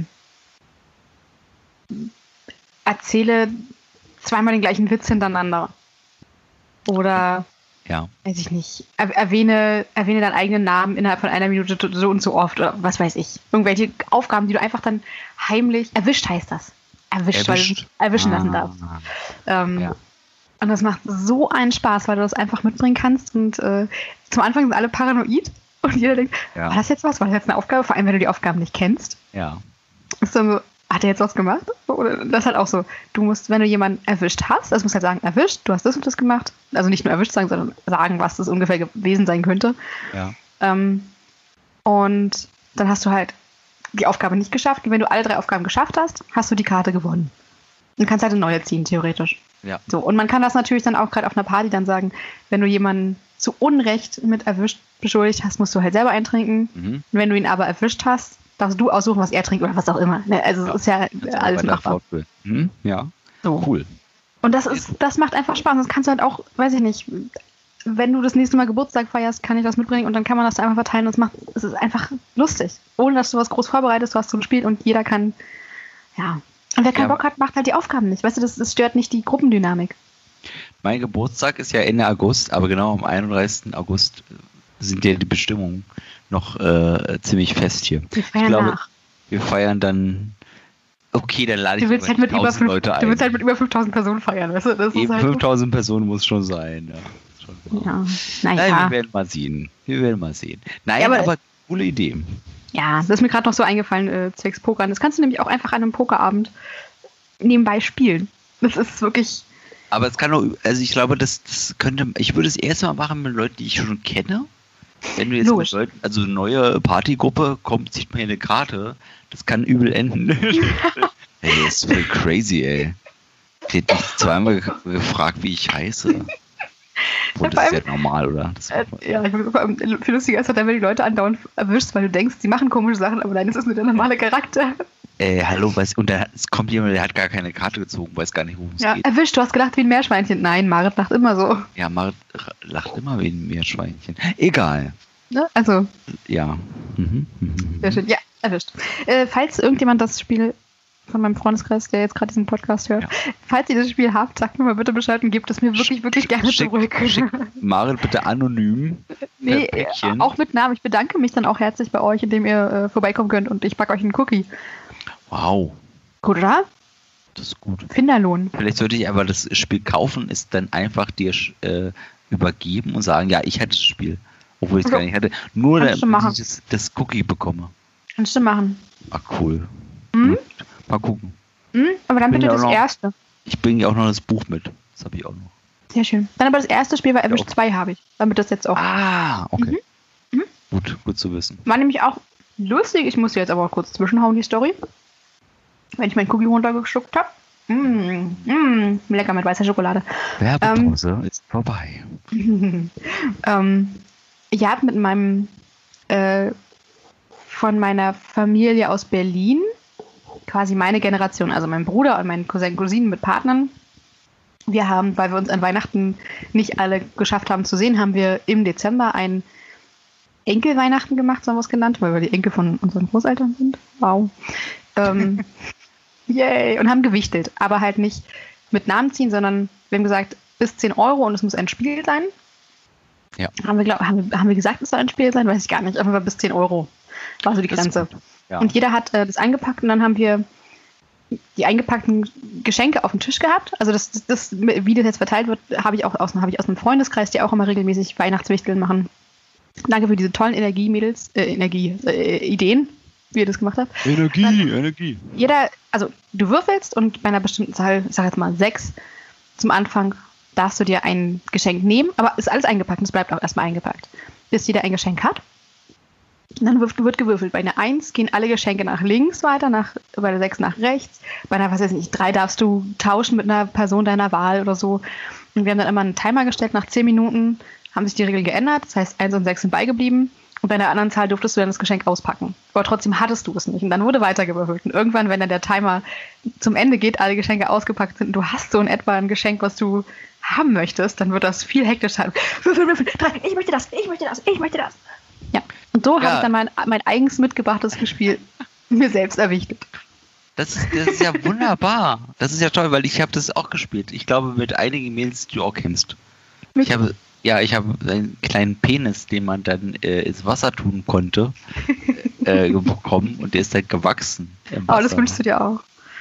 erzähle zweimal den gleichen Witz hintereinander. Oder, Ja. weiß ich nicht, er erwähne, erwähne deinen eigenen Namen innerhalb von einer Minute so und so oft. Oder was weiß ich. Irgendwelche Aufgaben, die du einfach dann heimlich, erwischt heißt das. Erwischt, weil du Erwischt. dich erwischen lassen Ah. darfst. Ähm, Ja. Und das macht so einen Spaß, weil du das einfach mitbringen kannst. Und äh, zum Anfang sind alle paranoid und jeder denkt, Ja. war das jetzt was? War das jetzt eine Aufgabe? Vor allem, wenn du die Aufgaben nicht kennst. Ja. Ist dann so, hat er jetzt was gemacht? Oder das ist halt auch so, du musst, wenn du jemanden erwischt hast, also musst halt sagen, erwischt, du hast das und das gemacht. Also nicht nur erwischt sagen, sondern sagen, was das ungefähr gewesen sein könnte. Ja. Ähm, und dann hast du halt die Aufgabe nicht geschafft. Und wenn du alle drei Aufgaben geschafft hast, hast du die Karte gewonnen. Und kannst halt eine neue ziehen, theoretisch. Ja. So, und man kann das natürlich dann auch gerade auf einer Party dann sagen, wenn du jemanden zu Unrecht mit erwischt, beschuldigt hast, musst du halt selber eintrinken. Mhm. Wenn du ihn aber erwischt hast, darfst du aussuchen, was er trinkt oder was auch immer. Ne? Also Ja. es ist ja Kannst du alles weiter machbar. fortführen. Mhm. Ja. So. Cool. Und das ist, das macht einfach Spaß. Das kannst du halt auch, weiß ich nicht, wenn du das nächste Mal Geburtstag feierst, kann ich das mitbringen und dann kann man das einfach verteilen und es macht, es ist einfach lustig. Ohne dass du was groß vorbereitest, du hast so ein Spiel und jeder kann, ja. Und wer keinen Ja, Bock hat, macht halt die Aufgaben nicht. Weißt du, das, das stört nicht die Gruppendynamik. Mein Geburtstag ist ja Ende August, aber genau am einunddreißigsten August sind ja die Bestimmungen noch äh, ziemlich fest hier. Wir Ich feiern glaube, nach. wir feiern dann. Okay, dann lade ich Du willst, halt mit über tausend fünf, Leute ein. du willst halt mit über fünftausend Personen feiern, weißt du? Das ist Eben halt fünftausend Personen muss schon sein. Ja, schon genau. ja. Nein, Naja. wir werden mal sehen. Wir werden mal sehen. Nein, Ja, aber- aber, coole Idee. Ja, das ist mir gerade noch so eingefallen, äh, zwecks Pokern. Das kannst du nämlich auch einfach an einem Pokerabend nebenbei spielen. Das ist wirklich. Aber es kann doch, also ich glaube, das, das könnte, ich würde es erst mal machen mit Leuten, die ich schon kenne. Wenn du jetzt Logisch. mit Leuten, also eine neue Partygruppe kommt, sieht man hier eine Karte, das kann übel enden. Ey, das ist voll crazy, ey. Die hat mich zweimal ge gefragt, wie ich heiße. Und das ist ja normal, oder? Das Äh, ja, ich vor allem viel lustiger ist, halt, wenn du die Leute andauernd erwischst, weil du denkst, sie machen komische Sachen, aber nein, das ist nur der normale Charakter. Äh, hallo, was, und da es kommt jemand, der hat gar keine Karte gezogen, weiß gar nicht, worum es Ja, geht. erwischt, du hast gedacht wie ein Meerschweinchen. Nein, Marit lacht immer so. Ja, Marit lacht immer wie ein Meerschweinchen. Egal. Ne? Also, Ja. Mhm. Mhm. sehr schön. Ja, Erwischt. Äh, falls irgendjemand das Spiel von meinem Freundeskreis, der jetzt gerade diesen Podcast hört, ja. falls ihr das Spiel habt, sagt mir mal bitte Bescheid und gebt es mir wirklich, wirklich gerne schick, zurück. Schick Marit bitte anonym. Nee, auch mit Namen. Ich bedanke mich dann auch herzlich bei euch, indem ihr äh, vorbeikommen könnt und ich backe euch einen Cookie. Wow. Gut, oder? Das ist gut. Finderlohn. Vielleicht sollte ich aber das Spiel kaufen, ist dann einfach dir äh, übergeben und sagen, ja, ich hatte das Spiel. Obwohl ich es also, gar nicht hatte. Nur damit ich das, das Cookie bekomme. Kannst du machen. Ach, cool. Mhm. Mal gucken. Mhm, aber dann bitte das noch, erste. Ich bringe ja auch noch das Buch mit. Das habe ich auch noch. Sehr schön. Dann aber das erste Spiel war Erwischt zwei habe ich. Damit das jetzt auch. Ah, okay. Mhm. Mhm. Gut, gut zu wissen. War nämlich auch lustig. Ich muss jetzt aber auch kurz zwischenhauen, die Story. Wenn ich meinen Cookie runtergeschluckt habe. Mmh, mmh, lecker mit weißer Schokolade. Werbepause ähm, ist vorbei. ähm, ich habe mit meinem äh, von meiner Familie aus Berlin, quasi meine Generation, also mein Bruder und mein Cousin, Cousinen mit Partnern. Wir haben, weil wir uns an Weihnachten nicht alle geschafft haben zu sehen, haben wir im Dezember ein Enkelweihnachten gemacht, so haben wir es genannt, weil wir die Enkel von unseren Großeltern sind. Wow. Ähm, yay. Und haben gewichtelt, aber halt nicht mit Namen ziehen, sondern wir haben gesagt, bis zehn Euro und es muss ein Spiel sein. Ja. Haben wir, glaub, haben, wir, haben wir gesagt, es soll ein Spiel sein? Weiß ich gar nicht. Einfach bis zehn Euro war so die Grenze. Ja. Und jeder hat äh, das eingepackt und dann haben wir die eingepackten Geschenke auf dem Tisch gehabt. Also das, das, wie das jetzt verteilt wird, habe ich auch aus, habe ich aus einem Freundeskreis, die auch immer regelmäßig Weihnachtswichteln machen. Danke für diese tollen Energie-Mädels, äh, Energie, äh, Ideen, wie ihr das gemacht habt. Energie, dann, Energie. Jeder, also du würfelst und bei einer bestimmten Zahl, ich sag jetzt mal sechs, zum Anfang darfst du dir ein Geschenk nehmen, aber ist alles eingepackt und es bleibt auch erstmal eingepackt. Bis jeder ein Geschenk hat. Und dann wird, wird gewürfelt. Bei einer eins gehen alle Geschenke nach links weiter, nach, bei der sechs nach rechts. Bei einer, was weiß ich nicht, drei darfst du tauschen mit einer Person deiner Wahl oder so. Und wir haben dann immer einen Timer gestellt. Nach zehn Minuten haben sich die Regeln geändert. Das heißt, eins und sechs sind beigeblieben. Und bei einer anderen Zahl durftest du dann das Geschenk auspacken. Aber trotzdem hattest du es nicht. Und dann wurde weitergewürfelt. Und irgendwann, wenn dann der Timer zum Ende geht, alle Geschenke ausgepackt sind und du hast so in etwa ein Geschenk, was du haben möchtest, dann wird das viel hektischer. Würfel, würfel, drei, ich möchte das, ich möchte das, ich möchte das. Ja. Und so ja. habe ich dann mein, mein eigens mitgebrachtes Spiel mir selbst erwichtet. Das ist, das ist ja wunderbar. Das ist ja toll, weil ich habe das auch gespielt. Ich glaube, mit einigen Mädels, die du auch kennst. Ich habe, ja, ich habe einen kleinen Penis, den man dann äh, ins Wasser tun konnte, äh, bekommen und der ist dann gewachsen. Oh, das wünschst du dir auch.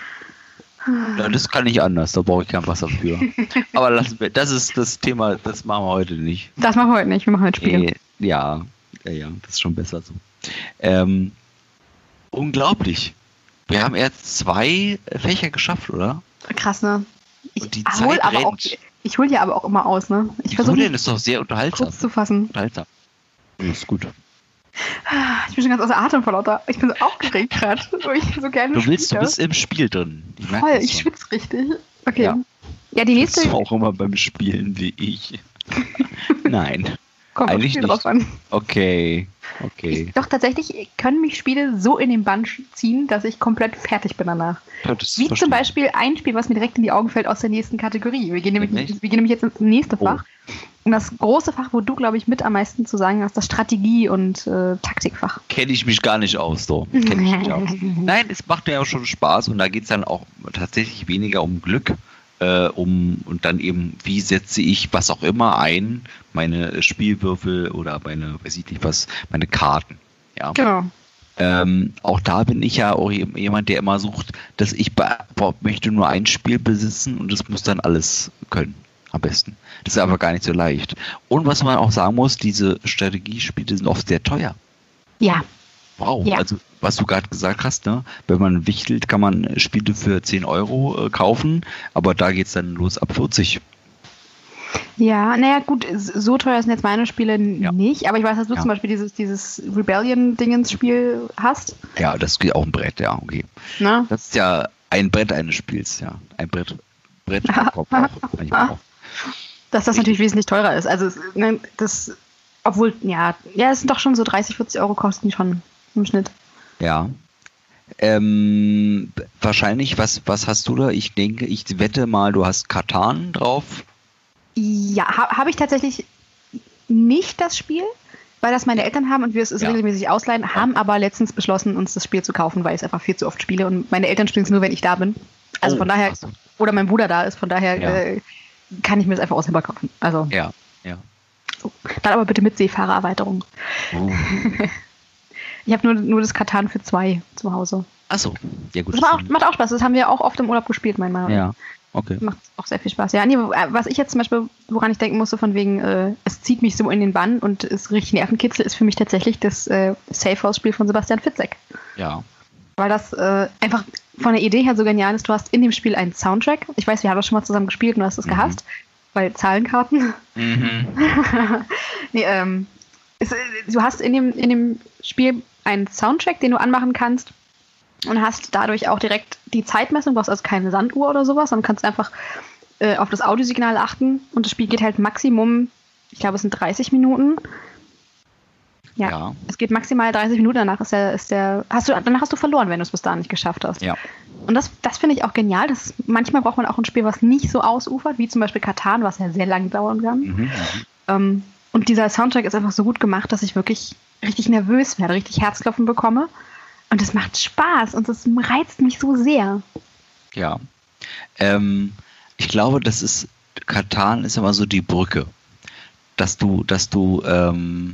Ja, das kann ich anders, da brauche ich kein Wasser für. Aber lassen wir, das ist das Thema, das machen wir heute nicht. Das machen wir heute nicht, wir machen heute Spiele. Äh, ja, ja, ja, das ist schon besser so. Ähm, unglaublich. Wir haben erst zwei Fächer geschafft, oder? Krass, ne? Ich hole aber auch, ich hole ja aber auch immer aus, ne? Ich versuche denn, das ist doch sehr unterhaltsam. Kurz zu fassen. Unterhaltsam. Das ist gut. Ich bin schon ganz außer Atem vor lauter. Ich bin so aufgeregt gerade, weil ich so gerne Du willst, spiele. Du bist im Spiel drin. Ich Voll, ich schwitze richtig. Okay. Ja, ja die nächste. Du bist auch immer beim Spielen wie ich. Nein. Kommt eigentlich nicht. Drauf an. Okay, okay. Ich, doch tatsächlich können mich Spiele so in den Bann ziehen, dass ich komplett fertig bin danach. Ja, wie verstehe. Zum Beispiel ein Spiel, was mir direkt in die Augen fällt aus der nächsten Kategorie. Wir gehen nämlich, wir gehen nämlich jetzt ins nächste Fach. Oh. Und das große Fach, wo du, glaube ich, mit am meisten zu sagen hast, das Strategie- und äh, Taktikfach. Kenne ich mich gar nicht aus, so. Kenn ich nicht aus. Nein, es macht mir ja schon Spaß und da geht es dann auch tatsächlich weniger um Glück. Äh, um und dann eben, wie setze ich was auch immer ein, meine Spielwürfel oder meine, weiß ich nicht was, meine Karten. Ja. Genau. Ähm, auch da bin ich ja auch jemand, der immer sucht, dass ich bei, boah, möchte nur ein Spiel besitzen und das muss dann alles können. Am besten. Das ist aber gar nicht so leicht. Und was man auch sagen muss, diese Strategiespiele sind oft sehr teuer. Ja. Wow, ja. Also was du gerade gesagt hast, ne? Wenn man wichtelt, kann man Spiele für zehn Euro äh, kaufen, aber da geht es dann los ab vierzig. Ja, naja gut, so teuer sind jetzt meine Spiele ja. nicht, aber ich weiß, dass du ja. zum Beispiel dieses, dieses Rebellion-Dingens-Spiel hast. Ja, das ist auch ein Brett, ja, okay. Na? Das ist ja ein Brett eines Spiels, ja. Ein Brett, Brett im Kopf auch, manchmal auch. Dass das natürlich wesentlich teurer ist. Also ne, das, obwohl, ja, ja, es sind doch schon so dreißig, vierzig Euro kosten die schon im Schnitt. Ja. Ähm, wahrscheinlich, was, was hast du da? Ich denke, ich wette mal, du hast Katan drauf. Ja, ha, habe ich tatsächlich nicht das Spiel. weil das meine Eltern haben und wir es Ja. regelmäßig ausleihen, haben aber letztens beschlossen, uns das Spiel zu kaufen, weil ich es einfach viel zu oft spiele und meine Eltern spielen es nur, wenn ich da bin. Also Oh, von daher, ach so. oder mein Bruder da ist, von daher Ja. äh, kann ich mir das einfach auch selber kaufen. Also Ja, ja. so. Dann aber bitte mit Seefahrererweiterung. Oh. Ich habe nur, nur das Katan für zwei zu Hause. Achso, ja gut. Das macht auch, macht auch Spaß, das haben wir auch oft im Urlaub gespielt, mein Mann. Ja, okay. Macht auch sehr viel Spaß. Ja, nee, was ich jetzt zum Beispiel, woran ich denken musste, von wegen, äh, es zieht mich so in den Bann und ist richtig Nervenkitzel, ist für mich tatsächlich das äh, Safe-House-Spiel von Sebastian Fitzek. Ja. Weil das äh, einfach von der Idee her so genial ist. Du hast in dem Spiel einen Soundtrack. Ich weiß, wir haben das schon mal zusammen gespielt und du hast es Mhm. gehasst, weil Zahlenkarten. Mhm. nee, ähm, es, äh, du hast in dem, in dem Spiel einen Soundtrack, den du anmachen kannst und hast dadurch auch direkt die Zeitmessung. Du brauchst also keine Sanduhr oder sowas, sondern kannst einfach äh, auf das Audiosignal achten und das Spiel geht halt Maximum, ich glaube, es sind dreißig Minuten. Ja, Ja. es geht maximal dreißig Minuten, danach ist der, ist der, hast du, danach hast du verloren, wenn du es bis dahin nicht geschafft hast. Ja. Und das, das finde ich auch genial. Das, manchmal braucht man auch ein Spiel, was nicht so ausufert, wie zum Beispiel Katan, was ja sehr lang dauern kann. Mhm. Mhm. Ähm, und dieser Soundtrack ist einfach so gut gemacht, dass ich wirklich richtig nervös werde, richtig Herzklopfen bekomme. Und es macht Spaß und es reizt mich so sehr. Ja. Ähm, ich glaube, das ist, Katan ist immer so die Brücke. Dass du, dass du, ähm,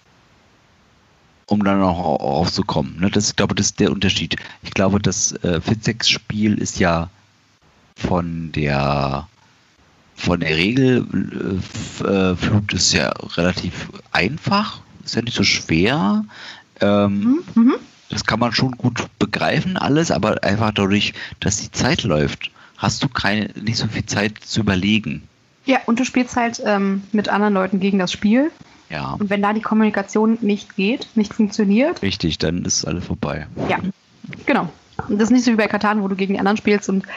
um dann auch aufzukommen. Ne? Das, ich glaube, das ist der Unterschied. Ich glaube, das äh, Fitzeks Spiel ist ja von der von der Regelflut ist ja relativ einfach, ist ja nicht so schwer. Ähm, Mhm. Mhm. Das kann man schon gut begreifen alles, aber einfach dadurch, dass die Zeit läuft, hast du keine, nicht so viel Zeit zu überlegen. Ja, und du spielst halt ähm, mit anderen Leuten gegen das Spiel. Ja, Und wenn da die Kommunikation nicht geht, nicht funktioniert, richtig, dann ist alles vorbei. ja, genau. Und das ist nicht so wie bei Katan, wo du gegen die anderen spielst und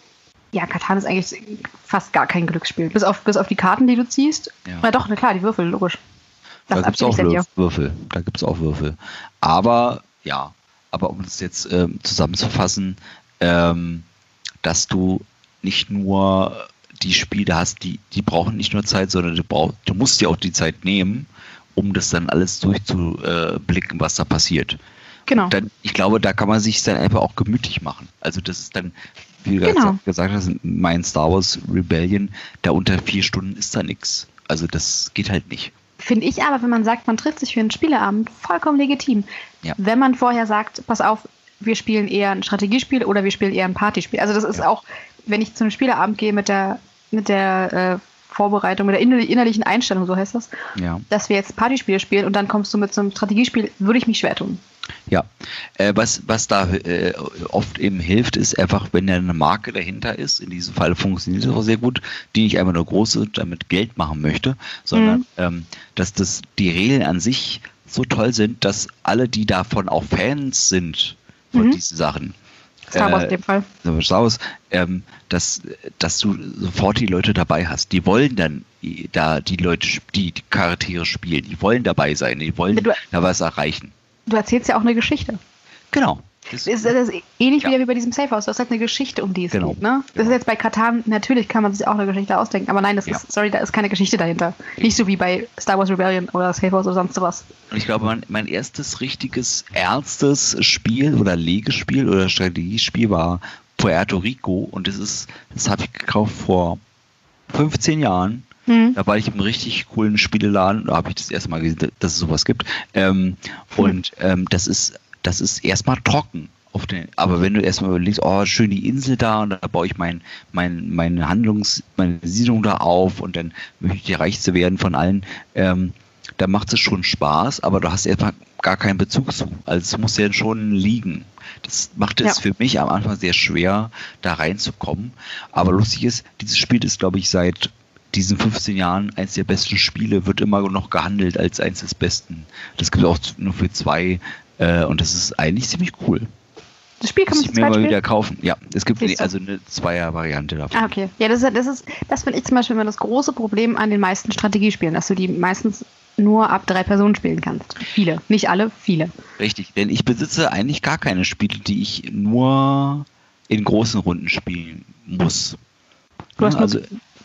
ja, Katan ist eigentlich fast gar kein Glücksspiel. Bis auf, bis auf die Karten, die du ziehst. Ja. Ja, doch, na klar, die Würfel, logisch. Das Da gibt es auch absichtlich Würf- Würfel. Da gibt es auch Würfel. Aber, ja, aber um das jetzt ähm, zusammenzufassen, ähm, dass du nicht nur die Spiele hast, die, die brauchen nicht nur Zeit, sondern du, brauch, du musst dir auch die Zeit nehmen, um das dann alles durchzublicken, was da passiert. Genau. Dann, ich glaube, da kann man sich dann einfach auch gemütlich machen. Also das ist dann, wie du Genau. gerade gesagt hast, mein Star Wars Rebellion, da unter vier Stunden ist da nichts. Also das geht halt nicht. Finde ich aber, wenn man sagt, man trifft sich für einen Spieleabend, vollkommen legitim. Ja. Wenn man vorher sagt, pass auf, wir spielen eher ein Strategiespiel oder wir spielen eher ein Partyspiel. Also das ist Ja. auch, wenn ich zu einem Spieleabend gehe mit der, mit der äh, Vorbereitung, mit der inner- innerlichen Einstellung, so heißt das, Ja. dass wir jetzt Partyspiele spielen und dann kommst du mit so einem Strategiespiel, würde ich mich schwer tun. Ja, äh, was, was da äh, oft eben hilft, ist einfach, wenn da eine Marke dahinter ist, in diesem Fall funktioniert das auch sehr gut, die nicht einfach nur groß und damit Geld machen möchte, sondern Mhm. ähm, dass das die Regeln an sich so toll sind, dass alle, die davon auch Fans sind, von Mhm. diesen Sachen, Star Wars äh, in dem Fall. Star Wars, ähm, dass, dass du sofort die Leute dabei hast. Die wollen dann die- da die Leute, die, die Charaktere spielen, die wollen dabei sein, die wollen Du- da was erreichen. Du erzählst ja auch eine Geschichte. Genau. Das, Das ist, das ist ähnlich Ja. wieder wie bei diesem Safe House. Du hast halt eine Geschichte, um die es Genau. geht. Ne? Das ist jetzt bei Katan, natürlich kann man sich auch eine Geschichte ausdenken, aber nein, das Ja. ist, sorry, da ist keine Geschichte dahinter. Nicht so wie bei Star Wars Rebellion oder Safe House oder sonst was. Und ich glaube, mein, mein erstes richtiges, ernstes Spiel oder Legespiel oder Strategiespiel war Puerto Rico und das ist, das habe ich gekauft vor fünfzehn Jahren. Hm. Da war ich im richtig coolen Spieleladen, da habe ich das erste Mal gesehen, dass es sowas gibt. Ähm, und ähm, das ist, das ist erstmal trocken. Auf den, aber wenn du erstmal überlegst, oh, schön die Insel da und da baue ich mein, mein, meine Handlungs-, meine Siedlung da auf und dann möchte ich der Reichste werden von allen, ähm, da macht es schon Spaß, aber du hast erstmal gar keinen Bezug zu. Also es muss ja schon liegen. Das machte es Ja. für mich am Anfang sehr schwer, da reinzukommen. Aber lustig ist, dieses Spiel ist, glaube ich, seit diesen fünfzehn Jahren eins der besten Spiele, wird immer noch gehandelt als eins des besten. Das gibt es auch nur für zwei äh, und das ist eigentlich ziemlich cool. Das Spiel kann Muss man ich zu mir zweit mal spielen. wieder kaufen. Ja, es gibt Siehst du. also eine Zweier-Variante davon. Ah, okay. Ja, das ist, das ist, das finde ich zum Beispiel immer das große Problem an den meisten Strategiespielen, dass du die meistens nur ab drei Personen spielen kannst. Viele. Nicht alle, viele. Richtig, denn ich besitze eigentlich gar keine Spiele, die ich nur in großen Runden spielen muss. Du hast Ja, nur, also,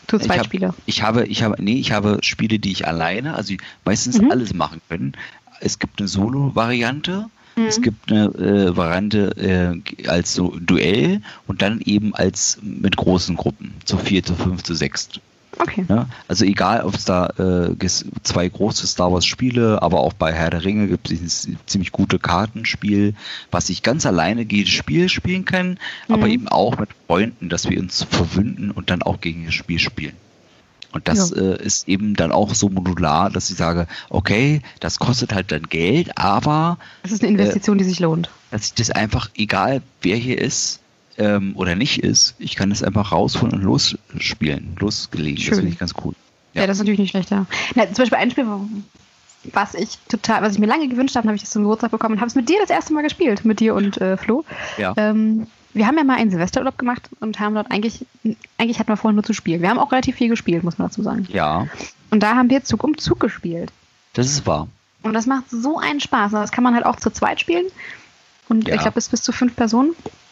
Zu Ich, zweit hab, Spiele. ich habe, ich habe, nee, ich habe Spiele, die ich alleine, also meistens Mhm. alles machen können. Es gibt eine Solo-Variante, Mhm. es gibt eine äh, Variante äh, als so Duell und dann eben als mit großen Gruppen, zu vier, zu fünf, zu sechs. Okay. Ne? Also egal, ob es da äh, ges- zwei große Star Wars Spiele, aber auch bei Herr der Ringe gibt es ein ziemlich gute Kartenspiel, was ich ganz alleine jedes Spiel spielen kann, aber Mhm. eben auch mit Freunden, dass wir uns verwünden und dann auch gegen das Spiel spielen. Und das Ja. äh, ist eben dann auch so modular, dass ich sage, okay, das kostet halt dann Geld, aber Das ist eine Investition, die sich lohnt. dass ich das einfach, egal wer hier ist ähm, oder nicht ist, ich kann das einfach rausholen und losspielen, losgelegen. Schön. Das finde ich ganz cool. Ja, Ja. das ist natürlich nicht schlecht, ja. Na, zum Beispiel ein Spiel, was ich total, was ich mir lange gewünscht habe, habe ich das zum Geburtstag bekommen und habe es mit dir das erste Mal gespielt, mit dir und äh, Flo. Ja. Ähm, wir haben ja mal einen Silvesterurlaub gemacht und haben dort eigentlich, eigentlich hatten wir vor, nur zu spielen. Wir haben auch relativ viel gespielt, muss man dazu sagen. Ja, Und da haben wir Zug um Zug gespielt. das ist wahr. Und das macht so einen Spaß. Und das kann man halt auch zu zweit spielen. Und Ja. ich glaube, bis, bis zu fünf Personen.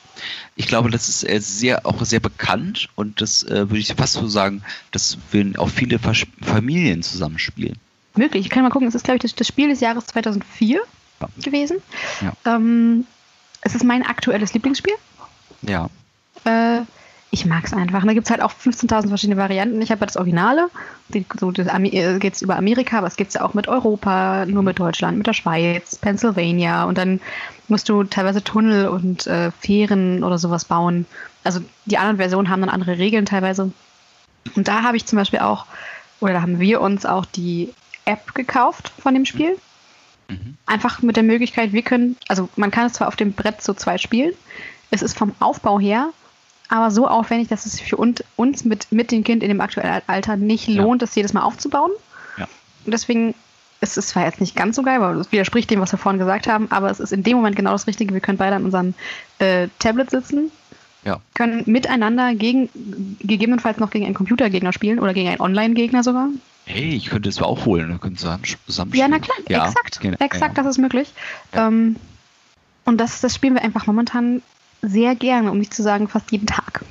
Ich glaube, das ist äh, sehr, auch sehr bekannt und das äh, würde ich fast so sagen, dass wir auch viele Versch- Familien zusammenspielen. Möglich. Ich kann mal gucken. Es ist, glaube ich, das, das Spiel des Jahres zweitausendvier Ja. gewesen. Ja. Ähm, es ist mein aktuelles Lieblingsspiel. Ja. Äh, ich mag es einfach. Und da gibt es halt auch fünfzehntausend verschiedene Varianten. Ich habe ja das Originale. Die, so geht es über Amerika, aber es gibt es ja auch mit Europa, nur mit Deutschland, mit der Schweiz, Pennsylvania. Und dann musst du teilweise Tunnel und äh, Fähren oder sowas bauen. Also die anderen Versionen haben dann andere Regeln teilweise. Und da habe ich zum Beispiel auch, oder da haben wir uns auch die App gekauft von dem Spiel. Mhm. Einfach mit der Möglichkeit, wir können, also man kann es zwar auf dem Brett zu zweit spielen, es ist vom Aufbau her aber so aufwendig, dass es für uns, uns mit, mit dem Kind in dem aktuellen Alter nicht Ja. lohnt, das jedes Mal aufzubauen. Ja. Und deswegen ist es zwar jetzt nicht ganz so geil, weil es widerspricht dem, was wir vorhin gesagt haben, aber es ist in dem Moment genau das Richtige. Wir können beide an unseren äh, Tablet sitzen, Ja. können miteinander gegen, gegebenenfalls noch gegen einen Computergegner spielen oder gegen einen Online-Gegner sogar. Hey, ich könnte es mir auch holen, dann können wir zusammen, zusammen Ja, spielen. na klar, Ja, exakt. genau, Exakt, ja. das ist möglich. Ja. Ähm, und das, das spielen wir einfach momentan sehr gerne, um nicht zu sagen fast jeden Tag.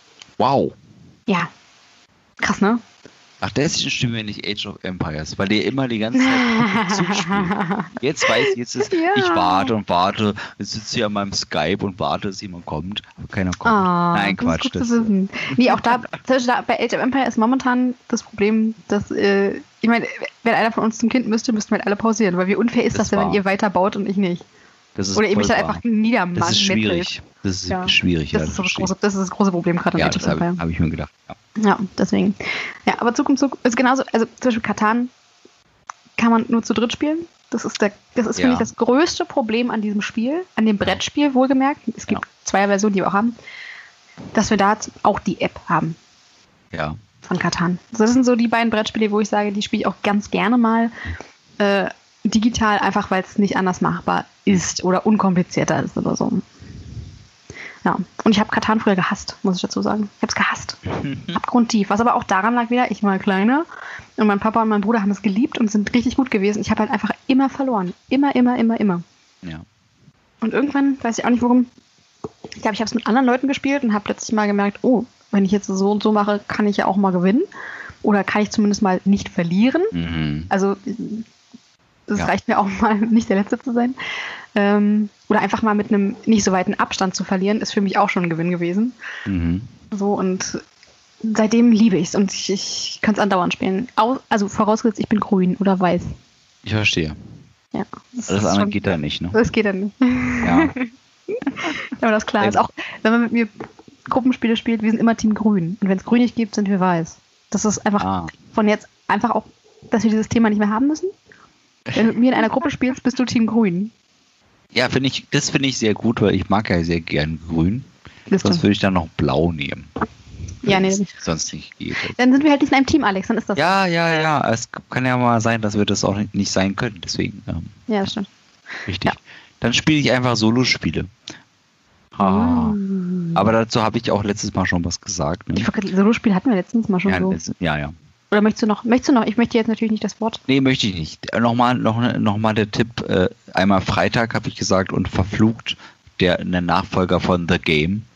Wow. Ja. Krass, ne? Ach, deswegen spielen wir nicht Age of Empires, weil der immer die ganze Zeit zuspielt. Jetzt weiß ich, jetzt ist, Ja. ich warte und warte, jetzt sitze hier an meinem Skype und warte, dass jemand kommt, aber keiner kommt. Ah, Nein, das Quatsch. ist gut Das, zu wissen. Nee, auch da, zum Beispiel da bei Age of Empires ist momentan das Problem, dass, äh, ich meine, wenn einer von uns zum Kind müsste, müssten wir halt alle pausieren, weil wie unfair ist Das das, denn, wenn wahr. ihr weiter baut und ich nicht? das ist Oder ihr mich voll halt wahr. einfach niedermachen. Das ist schwierig. Das ist Ja. schwierig, ja. Das ist, so das, verstehe ich. große, das ist das große Problem gerade an Ja, Age of das habe Empires. ich, hab ich mir gedacht. Ja. Ja, deswegen. Ja, aber Zug um Zug ist genauso, also zum Beispiel Katan kann man nur zu dritt spielen. Das ist, der, das ist Ja. finde ich, das größte Problem an diesem Spiel, an dem Brettspiel wohlgemerkt. Es gibt Ja. zwei Versionen, die wir auch haben, dass wir da auch die App haben Ja. von Katan. Also das sind so die beiden Brettspiele, wo ich sage, die spiele ich auch ganz gerne mal äh, digital, einfach weil es nicht anders machbar ist oder unkomplizierter ist oder so. Ja, und ich habe Katan früher gehasst, muss ich dazu sagen. Ich habe es gehasst. Abgrundtief. Was aber auch daran lag wieder, ich war kleiner und mein Papa und mein Bruder haben es geliebt und sind richtig gut gewesen. Ich habe halt einfach immer verloren. Immer, immer, immer, immer. Ja. Und irgendwann, weiß ich auch nicht warum, ich glaube, ich habe es mit anderen Leuten gespielt und habe plötzlich mal gemerkt, oh, wenn ich jetzt so und so mache, kann ich ja auch mal gewinnen. Oder kann ich zumindest mal nicht verlieren. Mhm. Also es Ja. reicht mir auch mal, nicht der Letzte zu sein. Ähm, oder einfach mal mit einem nicht so weiten Abstand zu verlieren, ist für mich auch schon ein Gewinn gewesen. Mhm. So, und seitdem liebe ich es und ich, ich kann es andauernd spielen. Au, also vorausgesetzt, ich bin grün oder weiß. Ich verstehe. Ja, das Alles ist andere schon- geht da nicht, ne? Das geht dann nicht. Ja. Aber das klar ist. Auch wenn man mit mir Gruppenspiele spielt, wir sind immer Team Grün. Und wenn es Grün nicht gibt, sind wir weiß. Das ist einfach Ah. von jetzt einfach auch, dass wir dieses Thema nicht mehr haben müssen. Wenn du mit mir in einer Gruppe spielst, bist du Team Grün. Ja, finde ich, das finde ich sehr gut, weil ich mag ja sehr gern grün. Das Sonst stimmt. würde ich dann noch blau nehmen. Ja, nee, Wenn es nicht. sonst nicht geht. Dann sind wir halt nicht in einem Team, Alex. Dann ist das. Ja, ja, ja. Es kann ja mal sein, dass wir das auch nicht- nicht sein können. Deswegen, ähm, Ja, das stimmt. richtig. Ja. Dann spiele ich einfach Solo-Spiele. Ah. Mm. Aber dazu habe ich auch letztes Mal schon was gesagt. Ne? Ich wollte gerade- Solo-Spiel hatten wir letztens mal schon Ja, so. das- ja, ja. Oder möchtest du noch? Möchtest du noch? Ich möchte jetzt natürlich nicht das Wort. Nee, möchte ich nicht. Äh, Nochmal, noch, noch mal der Tipp. Äh, einmal Freitag habe ich gesagt und verflucht der, der Nachfolger von The Game.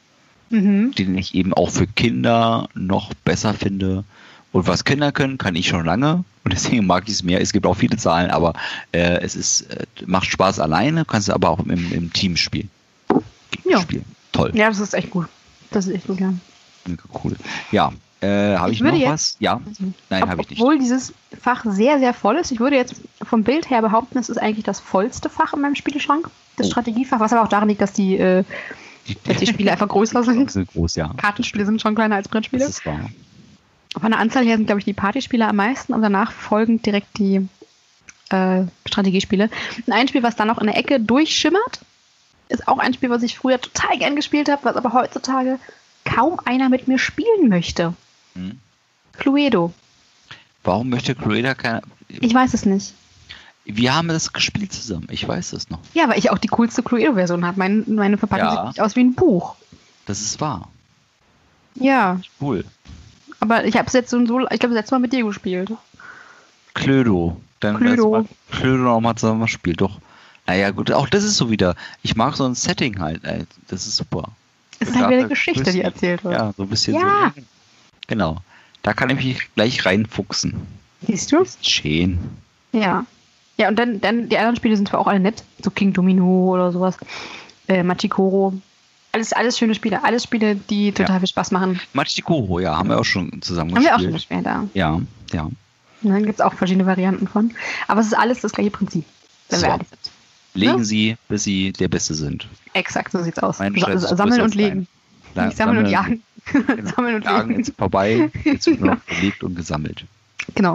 Mhm. den ich eben auch für Kinder noch besser finde. Und was Kinder können, kann ich schon lange. Und deswegen mag ich es mehr. Es gibt auch viele Zahlen, aber äh, es ist, äh, macht Spaß alleine, kannst du aber auch im, im Team spielen. Ja. Spielen. Toll. Ja, das ist echt gut. Das ist echt gut, ja. Cool. Ja, äh, habe ich, ich noch jetzt, was? Ja. Nein, habe ich nicht. Obwohl dieses Fach sehr, sehr voll ist. Ich würde jetzt vom Bild her behaupten, es ist eigentlich das vollste Fach in meinem Spieleschrank. Das Oh. Strategiefach, was aber auch daran liegt, dass die, äh, Die, dass die Spiele einfach größer sind. sind groß, ja. Kartenspiele sind schon kleiner als Brettspiele. Das ist wahr. Von der Anzahl her sind, glaube ich, die Partyspiele am meisten und danach folgend direkt die äh, Strategiespiele. Und ein Spiel, was da noch in der Ecke durchschimmert, ist auch ein Spiel, was ich früher total gern gespielt habe, was aber heutzutage kaum einer mit mir spielen möchte. Hm. Cluedo. Warum möchte Cluedo keiner... Ich weiß es nicht. Wir haben das gespielt zusammen. Ich weiß es noch. Ja, weil ich auch die coolste Cluedo-Version habe. Mein, meine Verpackung Ja. sieht nicht aus wie ein Buch. Das ist wahr. Ja, Cool. aber ich habe es jetzt so, so ich glaube, das letzte Mal mit dir gespielt. Cluedo. Dann Cluedo. lass mal Cluedo nochmal zusammen spielen. Doch. Naja, gut. Auch das ist so wieder. Ich mag so ein Setting halt. Ey. Das ist super. Es ist Und halt wieder da- eine Geschichte, die erzählt wird. Ja, so ein bisschen Ja. so. Genau. Da kann ich mich gleich reinfuchsen. Siehst du? Ist schön. Ja. Ja, und dann, dann die anderen Spiele sind zwar auch alle nett, so King Domino oder sowas, äh, Machikoro. Alles, alles schöne Spiele, alles Spiele, die total Ja. viel Spaß machen. Machikoro, ja, haben wir auch schon zusammen Haben wir gespielt. auch schon gespielt, ja. Ja, ja. Und dann gibt es auch verschiedene Varianten von. Aber es ist alles das gleiche Prinzip. Wenn So. wir ehrlich sind. Legen Ja. Sie, bis Sie der Beste sind. Exakt, so sieht's aus. Mein Sa Stress ist sammeln größer und als legen. dein. Nicht sammeln und jagen. Genau. Sammeln und Jagen legen. ist vorbei, jetzt wird nur noch gelegt und gesammelt. Genau.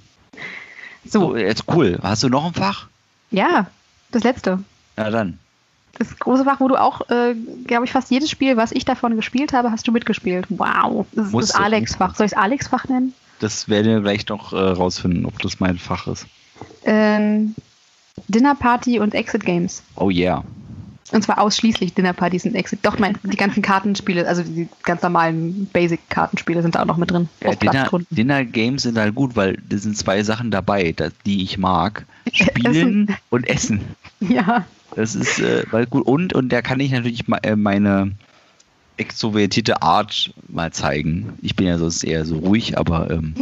So, So, jetzt cool. Hast du noch ein Fach? ja, das letzte. Na dann. Das große Fach, wo du auch, äh, glaube ich, fast jedes Spiel, was ich davon gespielt habe, hast du mitgespielt. Wow. Das ist Musst das du, Alex-Fach. Soll ich es Alex-Fach nennen? Das werden wir gleich noch äh, rausfinden, ob das mein Fach ist. Ähm, Dinner Party und Exit Games. Oh yeah. Und zwar ausschließlich Dinner Partys und Exit. Doch, mein, die ganzen Kartenspiele, also die ganz normalen Basic-Kartenspiele sind da auch noch mit drin. Ja, Auf Dinner, Plattgründen. Dinner Games sind halt gut, weil da sind zwei Sachen dabei, da, die ich mag. Spielen Essen. und Essen. Ja. Das ist äh, weil gut. Und, und da kann ich natürlich ma- äh, meine extrovertierte Art mal zeigen. Ich bin ja sonst eher so ruhig, aber ähm,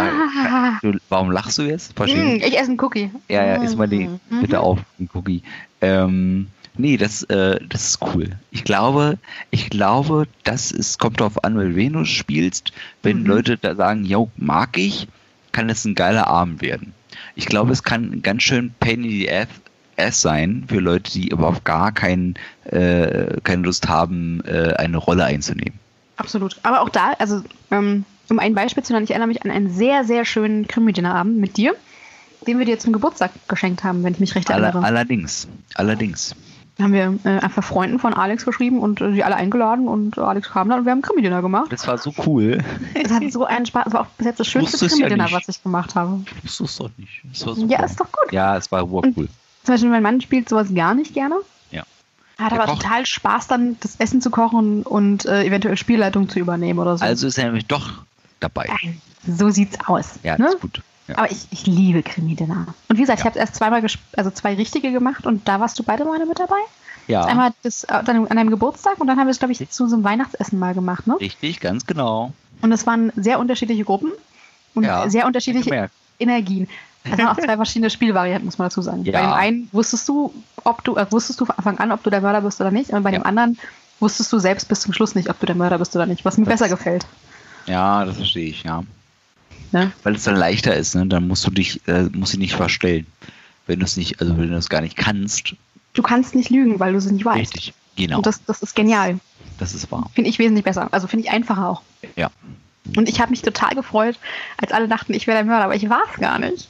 da, du, warum lachst du jetzt? Verstehe Mm, ich. ich esse einen Cookie. Ja, ja, iss mal den Mhm. bitte auf, den Cookie. Ähm, nee, das, äh, das ist cool. Ich glaube, ich glaube, das ist, kommt darauf an, mit wem du spielst. Wenn Mhm. Leute da sagen, yo, mag ich, kann das ein geiler Abend werden. Ich glaube, es kann ganz schön pain in the ass, ass sein für Leute, die überhaupt gar kein, äh, keine Lust haben, äh, eine Rolle einzunehmen. Absolut. Aber auch da, also ähm, um ein Beispiel zu nennen, ich erinnere mich an einen sehr, sehr schönen Krimi-Dinner-Abend mit dir, den wir dir zum Geburtstag geschenkt haben, wenn ich mich recht Aller, erinnere. allerdings, allerdings. Da haben wir äh, einfach Freunden von Alex geschrieben und äh, sie alle eingeladen und Alex kam dann und wir haben Krimi-Dinner gemacht. Das war so cool. Es hat so einen Spaß, es war auch bis jetzt das schönste Wusstest ja Krimi-Dinner, nicht. was ich gemacht habe. Das ist doch nicht. Das war super. Ja, ist doch gut. Ja, es war Und- cool. Zum Beispiel mein Mann spielt sowas gar nicht gerne. Ja. Hat Der aber kocht. total Spaß, dann das Essen zu kochen und äh, eventuell Spielleitung zu übernehmen oder so. Also ist er nämlich doch dabei. So sieht's aus. Ja, ne? das ist gut. Ja. Aber ich, ich liebe Krimi-Dinner. Und wie gesagt, ich Ja. habe erst zweimal, gesp- also zwei richtige gemacht und da warst du beide Male mit dabei. ja. Einmal das, äh, dann an deinem Geburtstag und dann haben wir es, glaube ich, zu so einem Weihnachtsessen mal gemacht. Ne? Richtig, ganz genau. Und es waren sehr unterschiedliche Gruppen und Ja, sehr unterschiedliche gemerkt. Energien. Das waren auch zwei verschiedene Spielvarianten, muss man dazu sagen. Ja. Bei dem einen wusstest du, ob du, äh, wusstest du von Anfang an, ob du der Mörder bist oder nicht. Und bei Ja. dem anderen wusstest du selbst bis zum Schluss nicht, ob du der Mörder bist oder nicht, was mir Das- besser gefällt. Ja, das verstehe ich, ja. Ne? Weil es dann leichter ist, ne? Dann musst du dich, äh, musst dich nicht verstellen. Wenn du es nicht, also wenn du es gar nicht kannst. Du kannst nicht lügen, weil du es nicht weißt. Richtig. Genau. Und das, das ist genial. das ist wahr. Finde ich wesentlich besser. Also finde ich einfacher auch. Ja. Und ich habe mich total gefreut, als alle dachten, ich wäre der Mörder, aber ich war es gar nicht.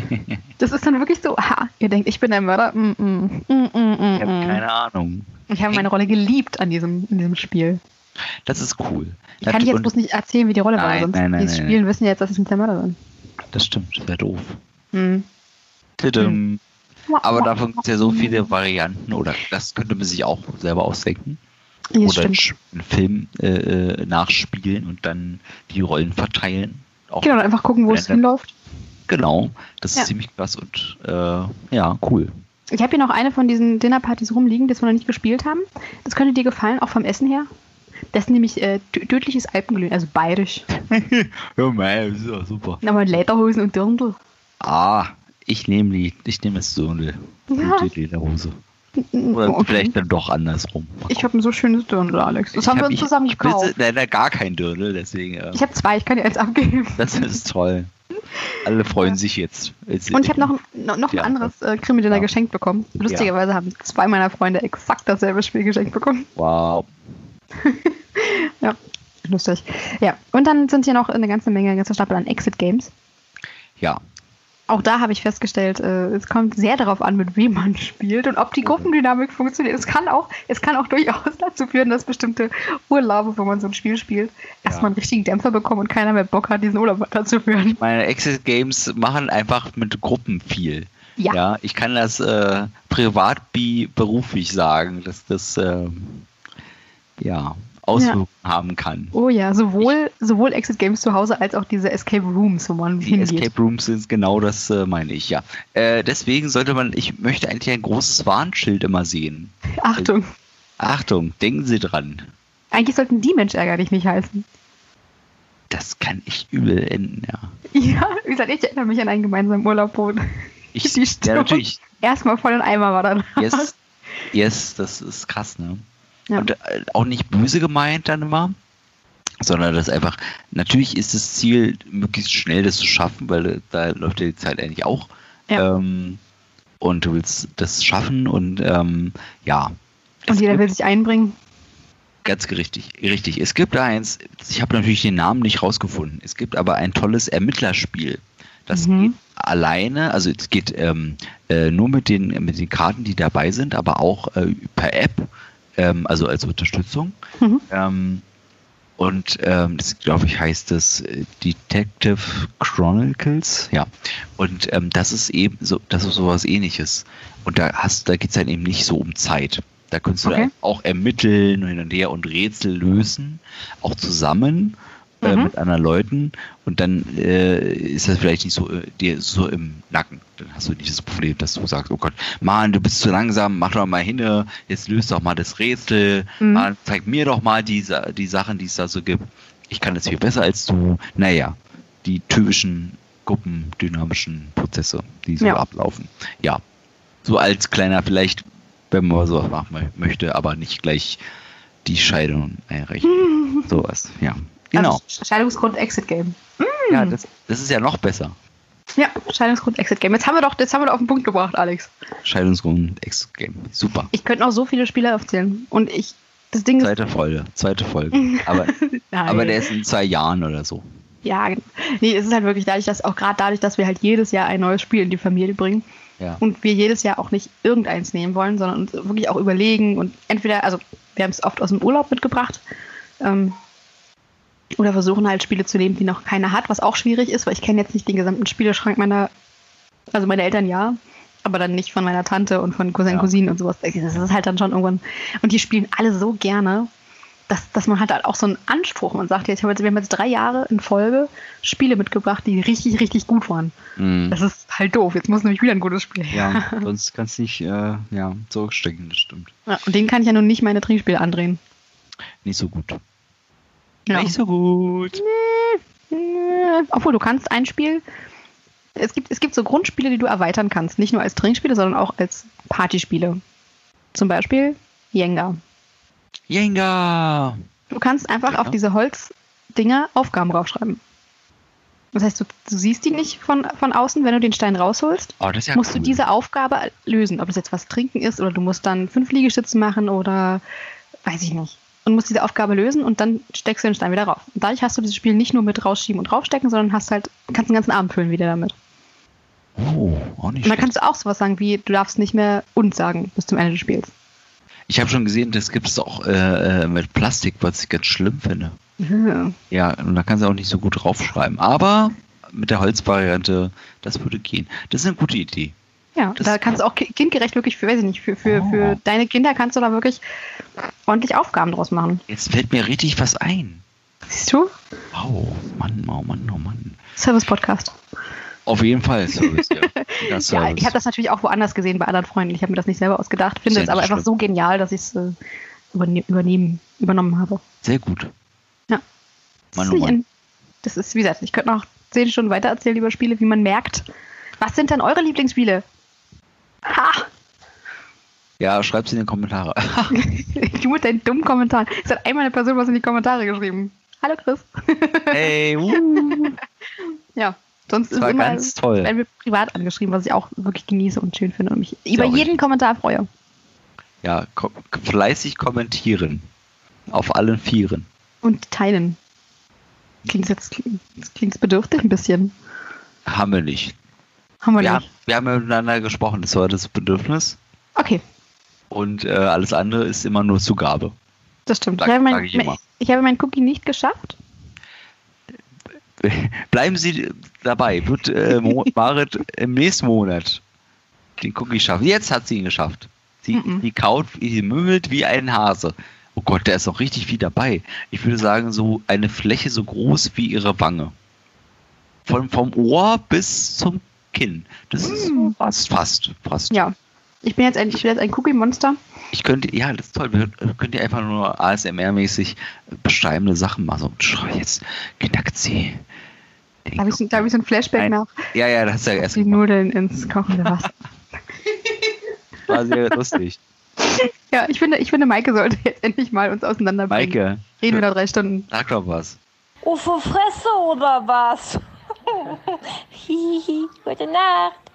Das ist dann wirklich so, ha, ihr denkt, ich bin der Mörder. Mm, mm, mm, mm, mm, Ich habe mm. keine Ahnung. Ich habe meine Rolle geliebt an diesem, in diesem Spiel. Das ist cool. Ich kann ich jetzt Und- bloß nicht erzählen, wie die Rolle war, Nein, sonst nein, nein, die nein, Spielen wissen jetzt, dass ich nicht der Mörder bin. Das stimmt, das wäre doof. Hm. Tidum. Aber davon gibt es ja so viele Varianten, oder das könnte man sich auch selber ausdenken. Ja, Oder stimmt. einen Film äh, äh, nachspielen und dann die Rollen verteilen. Auch Genau, dann einfach gucken, wo es Ja, hinläuft. Genau, das Ja. ist ziemlich krass und äh, ja, cool. Ich habe hier noch eine von diesen Dinnerpartys rumliegen, das wir noch nicht gespielt haben. Das könnte dir gefallen, auch vom Essen her. Das ist nämlich äh, tö- tödliches Alpenglühen, also bayerisch. Ja, mei, das ist ja super. Aber Lederhosen und Dirndl. Ah, ich nehme die, ich nehme das Dirndl. Ja. Und die Lederhose. Oder Okay. vielleicht dann doch andersrum. Mal Ich gucken. habe ein so schönes Dirndl, Alex. Das Ich haben wir hab- uns ich- zusammen ich gekauft. besitze leider gar kein Dirndl, deswegen. Äh, Ich habe zwei, ich kann dir eins abgeben. das ist toll. Alle freuen sich jetzt. jetzt Und ich habe noch, ein- noch, noch ein Ja. anderes äh, Krimi-Dinner Ja. geschenkt bekommen. Lustigerweise haben zwei meiner Freunde exakt dasselbe Spiel geschenkt bekommen. Wow. Ja, lustig. Ja, und dann sind hier noch eine ganze Menge, eine ganze Stapel an Exit-Games. Ja. Auch da habe ich festgestellt, äh, es kommt sehr darauf an, mit wem man spielt und ob die Gruppendynamik funktioniert. Es kann auch, es kann auch durchaus dazu führen, dass bestimmte Urlaube, wo man so ein Spiel spielt, erstmal einen richtigen Dämpfer bekommen und keiner mehr Bock hat, diesen Urlaub weiterzuführen. Meine Exit Games machen einfach mit Gruppen viel. Ja. Ja, ich kann das äh, privat wie beruflich sagen, dass das ähm, ja, Auswirkungen haben kann. Oh ja, sowohl, sowohl Exit-Games zu Hause als auch diese Escape Rooms, wo man Die hingeht. Escape Rooms sind genau das, äh, meine ich, ja. Äh, deswegen sollte man, ich möchte eigentlich ein großes Warnschild immer sehen. Achtung, Achtung, denken Sie dran. eigentlich sollten die Mensch ärgerlich nicht heißen. Das kann echt übel enden, ja. Ja, wie gesagt, ich erinnere mich an einen gemeinsamen Urlaub, wo Ich, die ja, Stimmung natürlich. erstmal voll in Eimer war dann. Yes, yes, das ist krass, ne? Ja. Und äh, auch nicht böse gemeint dann immer, sondern das einfach, natürlich ist das Ziel, möglichst schnell das zu schaffen, weil äh, da läuft ja die Zeit eigentlich auch. Ja. Ähm, und du willst das schaffen und ähm, ja. Und Es jeder gibt- will sich einbringen. Ganz richtig, richtig. Es gibt da eins, ich habe natürlich den Namen nicht rausgefunden. Es gibt aber ein tolles Ermittlerspiel. Das Mhm. geht alleine, also es geht ähm, äh, nur mit den, mit den Karten, die dabei sind, aber auch äh, per App, ähm, also als Unterstützung. Mhm. Ähm, und ähm, das, glaube ich, heißt es äh, Detective Chronicles, ja. Und ähm, das ist eben so, das ist sowas ähnliches. Und da hast, da geht es dann eben nicht so um Zeit. Da kannst du Okay. dann auch ermitteln und hin und her und Rätsel lösen, auch zusammen äh, Mhm. mit anderen Leuten. Und dann äh, ist das vielleicht nicht so äh, dir so im Nacken. Dann hast du nicht das Problem, dass du sagst, oh Gott, Mann, du bist zu langsam, mach doch mal hin, jetzt löst doch mal das Rätsel, Mhm. Mann, zeig mir doch mal die, Sa- die Sachen, die es da so gibt. Ich kann das viel besser als du. Naja, die typischen gruppendynamischen Prozesse, die so Ja. ablaufen. Ja, so als kleiner vielleicht, wenn man sowas machen möchte, aber nicht gleich die Scheidung einreichen. Sowas, ja. Genau. Also Scheidungsgrund Exit Game. Ja, das, das ist ja noch besser. Ja, Scheidungsgrund Exit Game. Jetzt haben wir doch, jetzt haben wir doch auf den Punkt gebracht, Alex. Scheidungsgrund, Ex-Game. Super. Ich könnte noch so viele Spiele aufzählen. Und ich, das Ding ist. Zweite Folge, zweite Folge. Aber, Nein. aber der ist in zwei Jahren oder so. Ja, genau. Nee, es ist halt wirklich dadurch, dass auch gerade dadurch, dass wir halt jedes Jahr ein neues Spiel in die Familie bringen Ja. und wir jedes Jahr auch nicht irgendeins nehmen wollen, sondern uns wirklich auch überlegen und entweder, also wir haben es oft aus dem Urlaub mitgebracht, ähm, oder versuchen halt Spiele zu nehmen, die noch keiner hat, was auch schwierig ist, weil ich kenne jetzt nicht den gesamten Spieleschrank meiner, also meine Eltern ja, aber dann nicht von meiner Tante und von Cousin, Ja. Cousinen und sowas. Das ist halt dann schon irgendwann, und die spielen alle so gerne, dass, dass man hat halt auch so einen Anspruch. Man sagt jetzt, ich habe jetzt, wir haben jetzt drei Jahre in Folge Spiele mitgebracht, die richtig, richtig gut waren. Mhm. Das ist halt doof. Jetzt muss nämlich wieder ein gutes Spiel her. Ja, sonst kannst du nicht äh, ja, zurückstecken, das stimmt. Ja, und denen kann ich ja nun nicht meine Trinkspiele andrehen. Nicht so gut. Ja. Nicht so gut. Äh, Obwohl, du kannst ein Spiel, es gibt, es gibt so Grundspiele, die du erweitern kannst. Nicht nur als Trinkspiele, sondern auch als Partyspiele. Zum Beispiel Jenga. Jenga! Du kannst einfach Ja. auf diese Holzdinger Aufgaben draufschreiben. Das heißt, du, du siehst die nicht von, von außen, wenn du den Stein rausholst. Oh, das ist ja musst cool. du diese Aufgabe lösen. Ob das jetzt was trinken ist oder du musst dann fünf Liegestützen machen oder weiß ich nicht. Und musst diese Aufgabe lösen und dann steckst du den Stein wieder rauf. Und dadurch hast du dieses Spiel nicht nur mit rausschieben und draufstecken, sondern hast halt, kannst den ganzen Abend füllen wieder damit. Oh, auch nicht Und dann schlecht. kannst du auch sowas sagen wie, du darfst nicht mehr und sagen bis zum Ende des Spiels. Ich habe schon gesehen, das gibt es auch äh, äh, mit Plastik, was ich ganz schlimm finde. Ja. Ja, und da kannst du auch nicht so gut draufschreiben. Aber mit der Holzvariante, das würde gehen. Das ist eine gute Idee. Ja, Das- da kannst du auch ki- kindgerecht wirklich für, weiß ich nicht, für, für, Oh. für deine Kinder kannst du da wirklich ordentlich Aufgaben draus machen. Jetzt fällt mir richtig was ein. Siehst du? Wow, Mann, oh Mann, oh Mann. Service-Podcast. Auf jeden Fall Service, ja. Ja, Ja, Service. ich habe das natürlich auch woanders gesehen bei anderen Freunden. Ich habe mir das nicht selber ausgedacht. Finde Ist es ja aber nicht einfach schlimm. so genial, dass ich es äh, überne übernehmen übernommen habe. Sehr gut. Ja. Das, ist, ein, das ist, wie gesagt, ich könnte noch zehn Stunden weiter erzählen über Spiele, wie man merkt. Was sind denn eure Lieblingsspiele? Ha! Ja, schreib's in die Kommentare. Du mit deinen dummen Kommentaren. Es hat einmal eine Person was in die Kommentare geschrieben. Hallo Chris. Hey, uh. Ja, sonst das ist war immer, ganz toll. werden wir privat angeschrieben, was ich auch wirklich genieße und schön finde und mich über jeden Kommentar freue. Ja, ko- fleißig kommentieren. Auf allen Vieren. Und teilen. Klingt jetzt klingt bedürftig ein bisschen. Haben wir nicht. Haben wir, wir nicht. Haben, wir haben ja miteinander gesprochen, das war das Bedürfnis. Okay. Und äh, alles andere ist immer nur Zugabe. Das stimmt. Sag, ich, habe mein, ich, immer. ich habe meinen Cookie nicht geschafft. Bleiben Sie dabei. Wird äh, Mo- Marit im nächsten Monat den Cookie schaffen. Jetzt hat sie ihn geschafft. Sie Mm-mm. die kaut, sie mümmelt wie ein Hase. Oh Gott, der ist noch richtig viel dabei. Ich würde sagen, so eine Fläche so groß wie ihre Wange. Von, vom Ohr bis zum Kinn. Das ist so fast, fast, fast. Ja. Ich bin jetzt ein, ich bin jetzt ein Cookie-Monster. Ich könnte, ja, das ist toll. Wir könnt ihr einfach nur A S M R-mäßig beschreibende Sachen machen. So, schau, jetzt knackt sie. Da habe ich, so- da hab ich so ein Flashback nach. Ja, ja, das ist ja erst Die Nudeln ins kochende Wasser. war sehr lustig. Ja, ich finde, ich finde, Maike sollte jetzt endlich mal uns auseinanderbringen. Maike, Reden wir da drei Stunden. sag doch was. Ufo Fresse oder was? Hihi, gute Nacht.